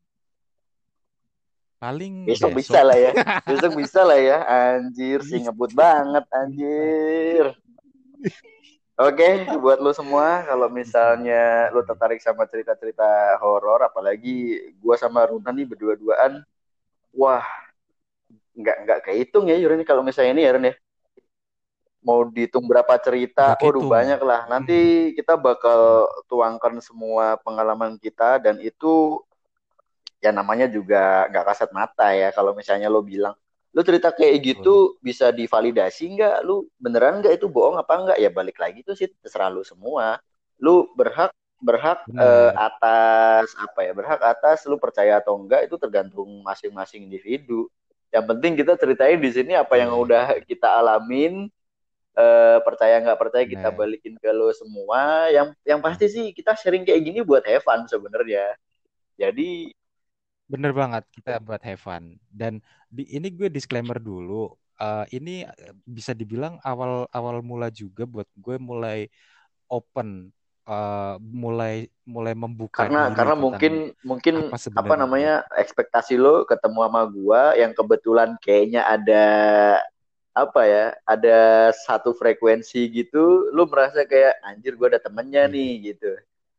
[SPEAKER 1] Paling
[SPEAKER 2] Besok bisa
[SPEAKER 1] besok.
[SPEAKER 2] lah ya. Besok bisa lah ya. Anjir sih ngebut banget
[SPEAKER 1] Bisa.
[SPEAKER 2] anjir. Oke, buat lu semua kalau
[SPEAKER 1] Bisa.
[SPEAKER 2] misalnya lu
[SPEAKER 1] Oke.
[SPEAKER 2] tertarik sama cerita-cerita horor apalagi gua sama Runa nih berdua-duaan, wah nggak nggak kehitung ya Yurun kalau misalnya ini ya Run ya. mau dihitung berapa cerita,
[SPEAKER 1] Nggak
[SPEAKER 2] waduh
[SPEAKER 1] kehitung.
[SPEAKER 2] banyak lah. Nanti
[SPEAKER 1] Hmm.
[SPEAKER 2] kita bakal tuangkan semua pengalaman kita dan itu ya namanya juga nggak kasat mata ya. Kalau misalnya lo bilang, lo cerita kayak
[SPEAKER 1] Betul.
[SPEAKER 2] gitu bisa divalidasi nggak? Lu beneran nggak itu bohong apa nggak? Ya balik lagi tuh sih terserah lu semua. Lu berhak berhak eh,
[SPEAKER 1] Bener.
[SPEAKER 2] atas apa ya? Berhak atas lu percaya atau enggak itu tergantung masing-masing individu. Yang penting kita ceritain di sini apa yang
[SPEAKER 1] Iya,
[SPEAKER 2] udah kita alamin. Eh, percaya nggak percaya kita
[SPEAKER 1] bener.
[SPEAKER 2] balikin ke lo semua. Yang yang pasti sih kita sharing kayak gini buat have fun sebenarnya. Jadi
[SPEAKER 1] Bener banget, kita buat have fun. Dan di, ini gue disclaimer dulu. Eh, ini eh, bisa dibilang awal awal mula juga buat gue mulai open, eh, mulai mulai membuka
[SPEAKER 2] karena
[SPEAKER 1] diri
[SPEAKER 2] karena
[SPEAKER 1] tentang
[SPEAKER 2] mungkin mungkin
[SPEAKER 1] apa
[SPEAKER 2] apa
[SPEAKER 1] sebenarnya.
[SPEAKER 2] namanya ekspektasi lo ketemu sama gua yang kebetulan kayaknya ada apa ya ada satu frekuensi gitu lu merasa kayak anjir gua ada temennya
[SPEAKER 1] Iya.
[SPEAKER 2] nih gitu.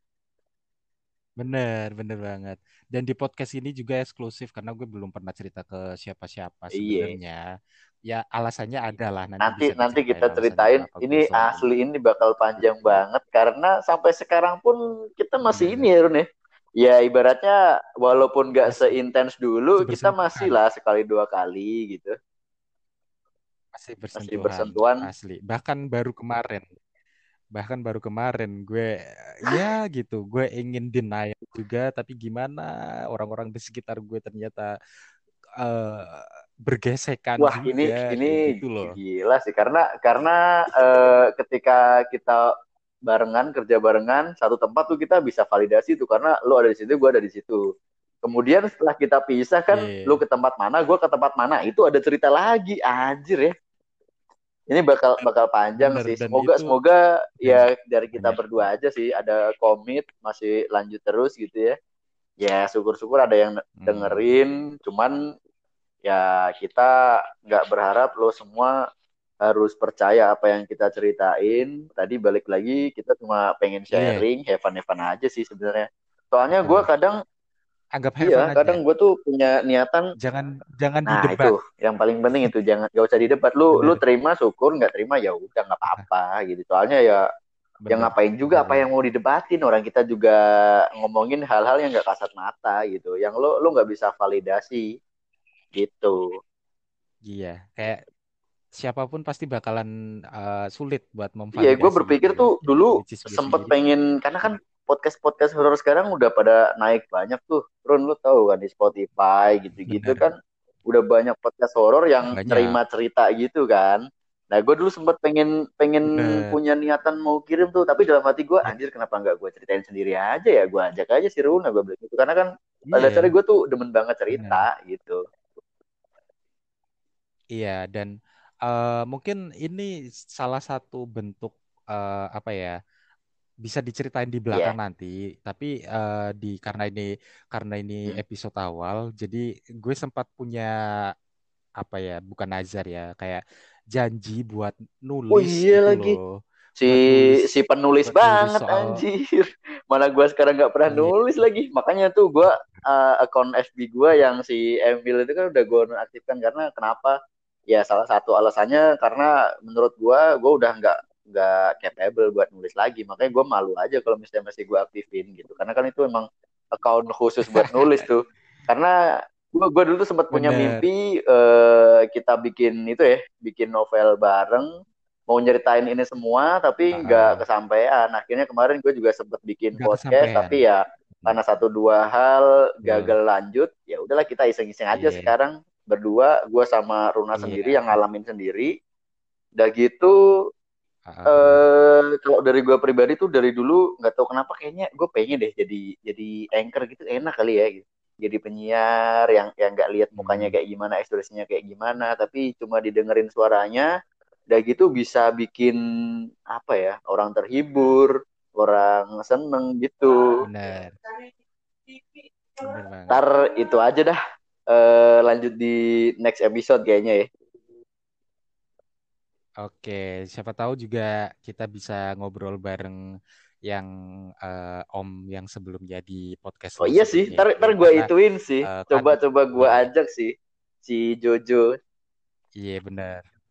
[SPEAKER 1] Bener, bener banget. Dan di podcast ini juga eksklusif karena gue belum pernah cerita ke siapa-siapa
[SPEAKER 2] Iya,
[SPEAKER 1] sebenarnya. Ya alasannya ada lah, nanti
[SPEAKER 2] nanti
[SPEAKER 1] bisa
[SPEAKER 2] nanti
[SPEAKER 1] diceritain
[SPEAKER 2] kita
[SPEAKER 1] alasannya
[SPEAKER 2] ceritain
[SPEAKER 1] kenapa gue
[SPEAKER 2] ini
[SPEAKER 1] sombong.
[SPEAKER 2] asli ini bakal panjang
[SPEAKER 1] Gitu.
[SPEAKER 2] banget karena sampai sekarang pun kita masih ini
[SPEAKER 1] Bener.
[SPEAKER 2] ya Run ya. Ya ibaratnya walaupun nggak
[SPEAKER 1] Masih,
[SPEAKER 2] seintens dulu
[SPEAKER 1] masih
[SPEAKER 2] kita masih
[SPEAKER 1] bersentuhan.
[SPEAKER 2] lah sekali dua kali gitu
[SPEAKER 1] Masih
[SPEAKER 2] masih
[SPEAKER 1] bersentuhan,
[SPEAKER 2] bersentuhan.
[SPEAKER 1] asli. Bahkan baru kemarin, bahkan baru kemarin gue ya gitu, gue ingin denial juga, tapi gimana orang-orang di sekitar gue ternyata eh, bergesekan
[SPEAKER 2] Wah, ini
[SPEAKER 1] juga
[SPEAKER 2] ini
[SPEAKER 1] kayak gitu loh.
[SPEAKER 2] gila sih karena karena eh, ketika kita barengan kerja barengan satu tempat tuh kita bisa validasi tuh karena lu ada di situ, gue ada di situ. Kemudian setelah kita pisah kan, lu
[SPEAKER 1] Iya,
[SPEAKER 2] ke tempat mana, gue ke tempat mana, itu ada cerita lagi, anjir ya. Ini bakal bakal panjang
[SPEAKER 1] bener
[SPEAKER 2] sih.
[SPEAKER 1] dan
[SPEAKER 2] Semoga
[SPEAKER 1] itu
[SPEAKER 2] semoga ya
[SPEAKER 1] banyak
[SPEAKER 2] dari kita
[SPEAKER 1] banyak
[SPEAKER 2] berdua aja sih ada komit masih lanjut terus gitu ya. Ya syukur-syukur ada yang
[SPEAKER 1] hmm,
[SPEAKER 2] dengerin. Cuman ya kita nggak berharap lo semua harus percaya apa yang kita ceritain. Tadi balik lagi kita cuma pengen
[SPEAKER 1] iya
[SPEAKER 2] sharing, have fun have fun aja sih sebenarnya. Soalnya gue
[SPEAKER 1] betul,
[SPEAKER 2] kadang,
[SPEAKER 1] anggap have
[SPEAKER 2] iya
[SPEAKER 1] fun
[SPEAKER 2] kadang
[SPEAKER 1] aja,
[SPEAKER 2] gue tuh punya niatan.
[SPEAKER 1] jangan jangan
[SPEAKER 2] Nah itu
[SPEAKER 1] didebat.
[SPEAKER 2] yang paling penting itu jangan gak usah didebat. Lu lu
[SPEAKER 1] Bener,
[SPEAKER 2] terima syukur, nggak terima ya udah nggak apa-apa gitu. Soalnya ya yang
[SPEAKER 1] bener,
[SPEAKER 2] ngapain juga apa
[SPEAKER 1] bener.
[SPEAKER 2] yang mau didebatin orang kita juga ngomongin hal-hal yang nggak kasat mata gitu. Yang lo lo nggak bisa validasi gitu.
[SPEAKER 1] Iya, kayak siapapun pasti bakalan uh, sulit buat
[SPEAKER 2] Iya, gue
[SPEAKER 1] memvalidasi
[SPEAKER 2] berpikir
[SPEAKER 1] itu,
[SPEAKER 2] tuh dulu
[SPEAKER 1] which is gue
[SPEAKER 2] sempet
[SPEAKER 1] sendiri.
[SPEAKER 2] pengen karena kan podcast-podcast horor sekarang udah pada naik banyak tuh. Ron lu tahu kan di Spotify gitu-gitu
[SPEAKER 1] Bener,
[SPEAKER 2] kan udah banyak podcast horor yang
[SPEAKER 1] banyak,
[SPEAKER 2] nerima cerita gitu kan. Nah, gue dulu sempet pengen pengen
[SPEAKER 1] bener.
[SPEAKER 2] punya niatan mau kirim tuh, tapi dalam hati gue
[SPEAKER 1] Ya,
[SPEAKER 2] anjir kenapa nggak gue ceritain sendiri aja ya, gue ajak aja si Runa gue bilang gitu karena kan pada dasarnya
[SPEAKER 1] iya,
[SPEAKER 2] gue tuh demen banget cerita
[SPEAKER 1] bener.
[SPEAKER 2] gitu.
[SPEAKER 1] Iya, dan uh, mungkin ini salah satu bentuk uh, apa ya? Bisa diceritain di belakang
[SPEAKER 2] Iya.
[SPEAKER 1] nanti, tapi eh, di karena ini karena ini
[SPEAKER 2] Hmm.
[SPEAKER 1] episode awal, jadi gue sempat punya apa ya, bukan nazar ya, kayak janji buat
[SPEAKER 2] Oh
[SPEAKER 1] nulis
[SPEAKER 2] iya
[SPEAKER 1] gitu
[SPEAKER 2] lagi.
[SPEAKER 1] loh,
[SPEAKER 2] si
[SPEAKER 1] buat nulis
[SPEAKER 2] si penulis
[SPEAKER 1] buat nulis
[SPEAKER 2] banget
[SPEAKER 1] soal
[SPEAKER 2] anjir. Mana gue sekarang nggak pernah
[SPEAKER 1] iya,
[SPEAKER 2] nulis lagi. Makanya tuh gue uh, akun F B gue yang si Emil itu kan udah gue nonaktifkan karena kenapa? Ya salah satu alasannya karena menurut gue gue udah nggak nggak capable buat nulis lagi. Makanya gue malu aja kalau misalnya masih gue aktifin gitu. Karena kan itu emang account khusus buat nulis tuh. Karena gue gue dulu tuh sempat punya
[SPEAKER 1] bener,
[SPEAKER 2] mimpi eh, kita bikin itu ya, bikin novel bareng mau nyeritain ini semua tapi nggak
[SPEAKER 1] Heeh.
[SPEAKER 2] kesampaian. Akhirnya kemarin gue juga sempet bikin
[SPEAKER 1] Nggak
[SPEAKER 2] podcast
[SPEAKER 1] kesampaian.
[SPEAKER 2] tapi ya
[SPEAKER 1] Hmm,
[SPEAKER 2] karena satu dua hal
[SPEAKER 1] betul,
[SPEAKER 2] gagal lanjut. Ya udahlah kita iseng-iseng aja
[SPEAKER 1] iya,
[SPEAKER 2] sekarang berdua, gue sama Runa sendiri
[SPEAKER 1] iya,
[SPEAKER 2] yang ngalamin sendiri. Udah gitu
[SPEAKER 1] heeh, bener,
[SPEAKER 2] eh kalau dari gue pribadi tuh dari dulu nggak tahu kenapa kayaknya gue pengen deh jadi jadi anchor gitu enak kali ya gitu. Jadi penyiar yang yang nggak lihat mukanya
[SPEAKER 1] hmm,
[SPEAKER 2] kayak gimana, ekspresinya kayak gimana, tapi cuma didengerin suaranya. Udah gitu bisa bikin apa ya orang terhibur, orang seneng gitu.
[SPEAKER 1] bener, bener banget.
[SPEAKER 2] Ntar itu aja dah. Eh, lanjut di next episode kayaknya ya.
[SPEAKER 1] Oke, siapa tahu juga kita bisa ngobrol bareng yang eh, Om yang sebelumnya di podcast
[SPEAKER 2] Oh
[SPEAKER 1] lo
[SPEAKER 2] iya sih,
[SPEAKER 1] sebelumnya
[SPEAKER 2] ntar,
[SPEAKER 1] itu
[SPEAKER 2] ntar gue
[SPEAKER 1] karena
[SPEAKER 2] ituin sih.
[SPEAKER 1] eh, kan
[SPEAKER 2] Coba-coba gue
[SPEAKER 1] iya
[SPEAKER 2] ajak sih si Jojo.
[SPEAKER 1] iya benar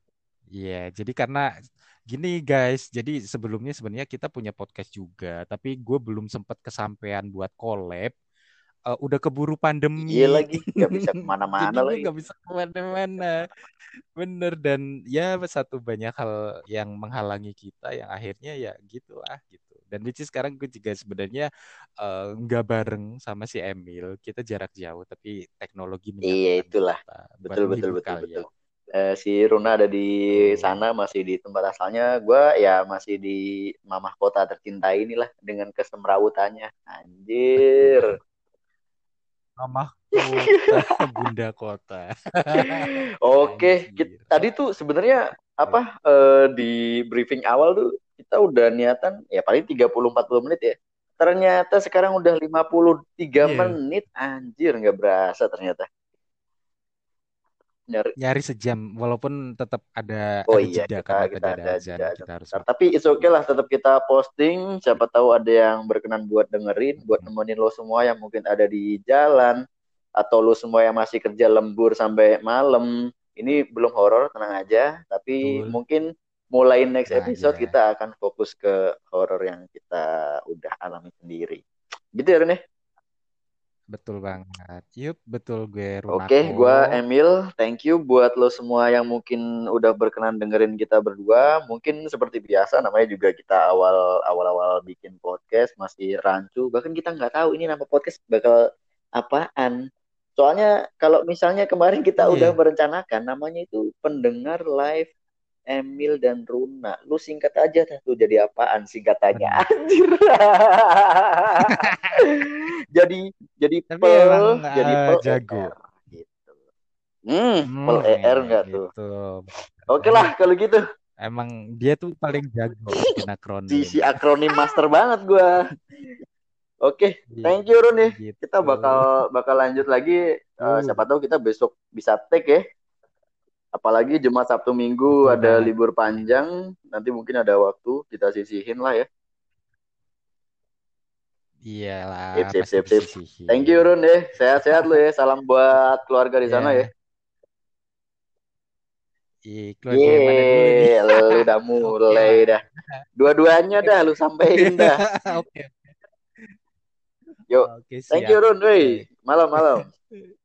[SPEAKER 1] Iya, jadi karena gini guys, jadi sebelumnya sebenarnya kita punya podcast juga, tapi gue belum sempat kesampaian buat collab. Eh, udah keburu pandemi,
[SPEAKER 2] Iya lagi, nggak bisa
[SPEAKER 1] jadi
[SPEAKER 2] kemana-mana
[SPEAKER 1] gue
[SPEAKER 2] lagi.
[SPEAKER 1] nggak bisa kemana-mana. Bener, dan ya satu banyak hal yang menghalangi kita, yang akhirnya ya gitulah gitu. Dan which is sekarang gue juga sebenarnya eh, nggak bareng sama si Emil, kita jarak jauh, tapi teknologi
[SPEAKER 2] Iya
[SPEAKER 1] menyatukan
[SPEAKER 2] itulah,
[SPEAKER 1] kita buat
[SPEAKER 2] betul betul
[SPEAKER 1] menghibur
[SPEAKER 2] betul betul.
[SPEAKER 1] kalian.
[SPEAKER 2] Eh, si Runa ada di
[SPEAKER 1] Tuh.
[SPEAKER 2] sana, masih di tempat asalnya. Gue ya masih di mamah kota tercinta inilah dengan kesemrawutannya. Anjir.
[SPEAKER 1] Betul. Mamah kota, bunda kota.
[SPEAKER 2] Oke, kita,
[SPEAKER 1] Anjir.
[SPEAKER 2] tadi
[SPEAKER 1] Oke.
[SPEAKER 2] tuh sebenarnya apa eh, di briefing awal tuh kita udah niatan ya paling tiga puluh sampai empat puluh menit ya. Ternyata sekarang udah lima puluh tiga
[SPEAKER 1] Iya,
[SPEAKER 2] menit, anjir nggak berasa ternyata. Nyari.
[SPEAKER 1] nyari sejam, walaupun tetap ada
[SPEAKER 2] Oh
[SPEAKER 1] ada
[SPEAKER 2] iya,
[SPEAKER 1] jeda
[SPEAKER 2] kita
[SPEAKER 1] karena
[SPEAKER 2] kita
[SPEAKER 1] tadi ada
[SPEAKER 2] ada
[SPEAKER 1] azan,
[SPEAKER 2] jeda ada
[SPEAKER 1] kita harus
[SPEAKER 2] sebentar.
[SPEAKER 1] makan.
[SPEAKER 2] Tapi it's okay lah, tetap kita posting. Siapa tahu ada yang berkenan buat dengerin, buat nemenin lo semua yang mungkin ada di jalan atau lo semua yang masih kerja lembur sampai malam. Ini belum horor, tenang aja. Tapi
[SPEAKER 1] Betul,
[SPEAKER 2] mungkin mulai next
[SPEAKER 1] tenang
[SPEAKER 2] episode
[SPEAKER 1] aja.
[SPEAKER 2] kita akan fokus ke horor yang kita udah alami sendiri. Gitu ya, Rene?
[SPEAKER 1] Betul banget. Yup, betul gue
[SPEAKER 2] Oke,
[SPEAKER 1] Runako.
[SPEAKER 2] gua Emil. Thank you buat lo semua yang mungkin udah berkenan dengerin kita berdua. Mungkin seperti biasa, namanya juga kita awal awal-awal bikin podcast masih rancu. Bahkan kita nggak tahu ini nama podcast bakal apaan. Soalnya kalau misalnya kemarin kita udah
[SPEAKER 1] Iya.
[SPEAKER 2] merencanakan namanya itu pendengar live Emil dan Runa. Lu singkat aja tuh jadi apaan singkatannya?
[SPEAKER 1] Bener.
[SPEAKER 2] Anjir. jadi jadi
[SPEAKER 1] Tapi emang
[SPEAKER 2] pel, jadi
[SPEAKER 1] eh,
[SPEAKER 2] pel
[SPEAKER 1] jago.
[SPEAKER 2] er gitu. Hmm, pel
[SPEAKER 1] Hmm,
[SPEAKER 2] er
[SPEAKER 1] ya
[SPEAKER 2] enggak tuh?
[SPEAKER 1] gitu.
[SPEAKER 2] Oke lah kalau gitu.
[SPEAKER 1] Emang dia tuh paling jago bikin akronim.
[SPEAKER 2] Si, si akronim master banget gua. Oke,
[SPEAKER 1] Iya,
[SPEAKER 2] thank you Run nih. Kita
[SPEAKER 1] gitu.
[SPEAKER 2] bakal bakal lanjut lagi. Eh,
[SPEAKER 1] Yuh,
[SPEAKER 2] siapa tahu kita besok bisa take ya. Apalagi Jumat Sabtu Minggu
[SPEAKER 1] betul
[SPEAKER 2] ada
[SPEAKER 1] banget.
[SPEAKER 2] libur panjang. Nanti mungkin ada waktu kita sisihin lah ya. Sip,
[SPEAKER 1] Iyalah,
[SPEAKER 2] sip,
[SPEAKER 1] pasti
[SPEAKER 2] sip, sip. Thank you
[SPEAKER 1] disisihin.
[SPEAKER 2] Run deh. Sehat-sehat lu ya. Salam buat keluarga di sana ya.
[SPEAKER 1] Ya, ih, keluarga yang mana dulu nih?
[SPEAKER 2] Yeay, lu udah
[SPEAKER 1] Oke
[SPEAKER 2] mulai
[SPEAKER 1] lah.
[SPEAKER 2] dah. Dua-duanya dah lu sampein dah.
[SPEAKER 1] Oke,
[SPEAKER 2] Yuk.
[SPEAKER 1] oke
[SPEAKER 2] Thank you
[SPEAKER 1] siap.
[SPEAKER 2] Run, wey.
[SPEAKER 1] Baik.
[SPEAKER 2] Malam-malam.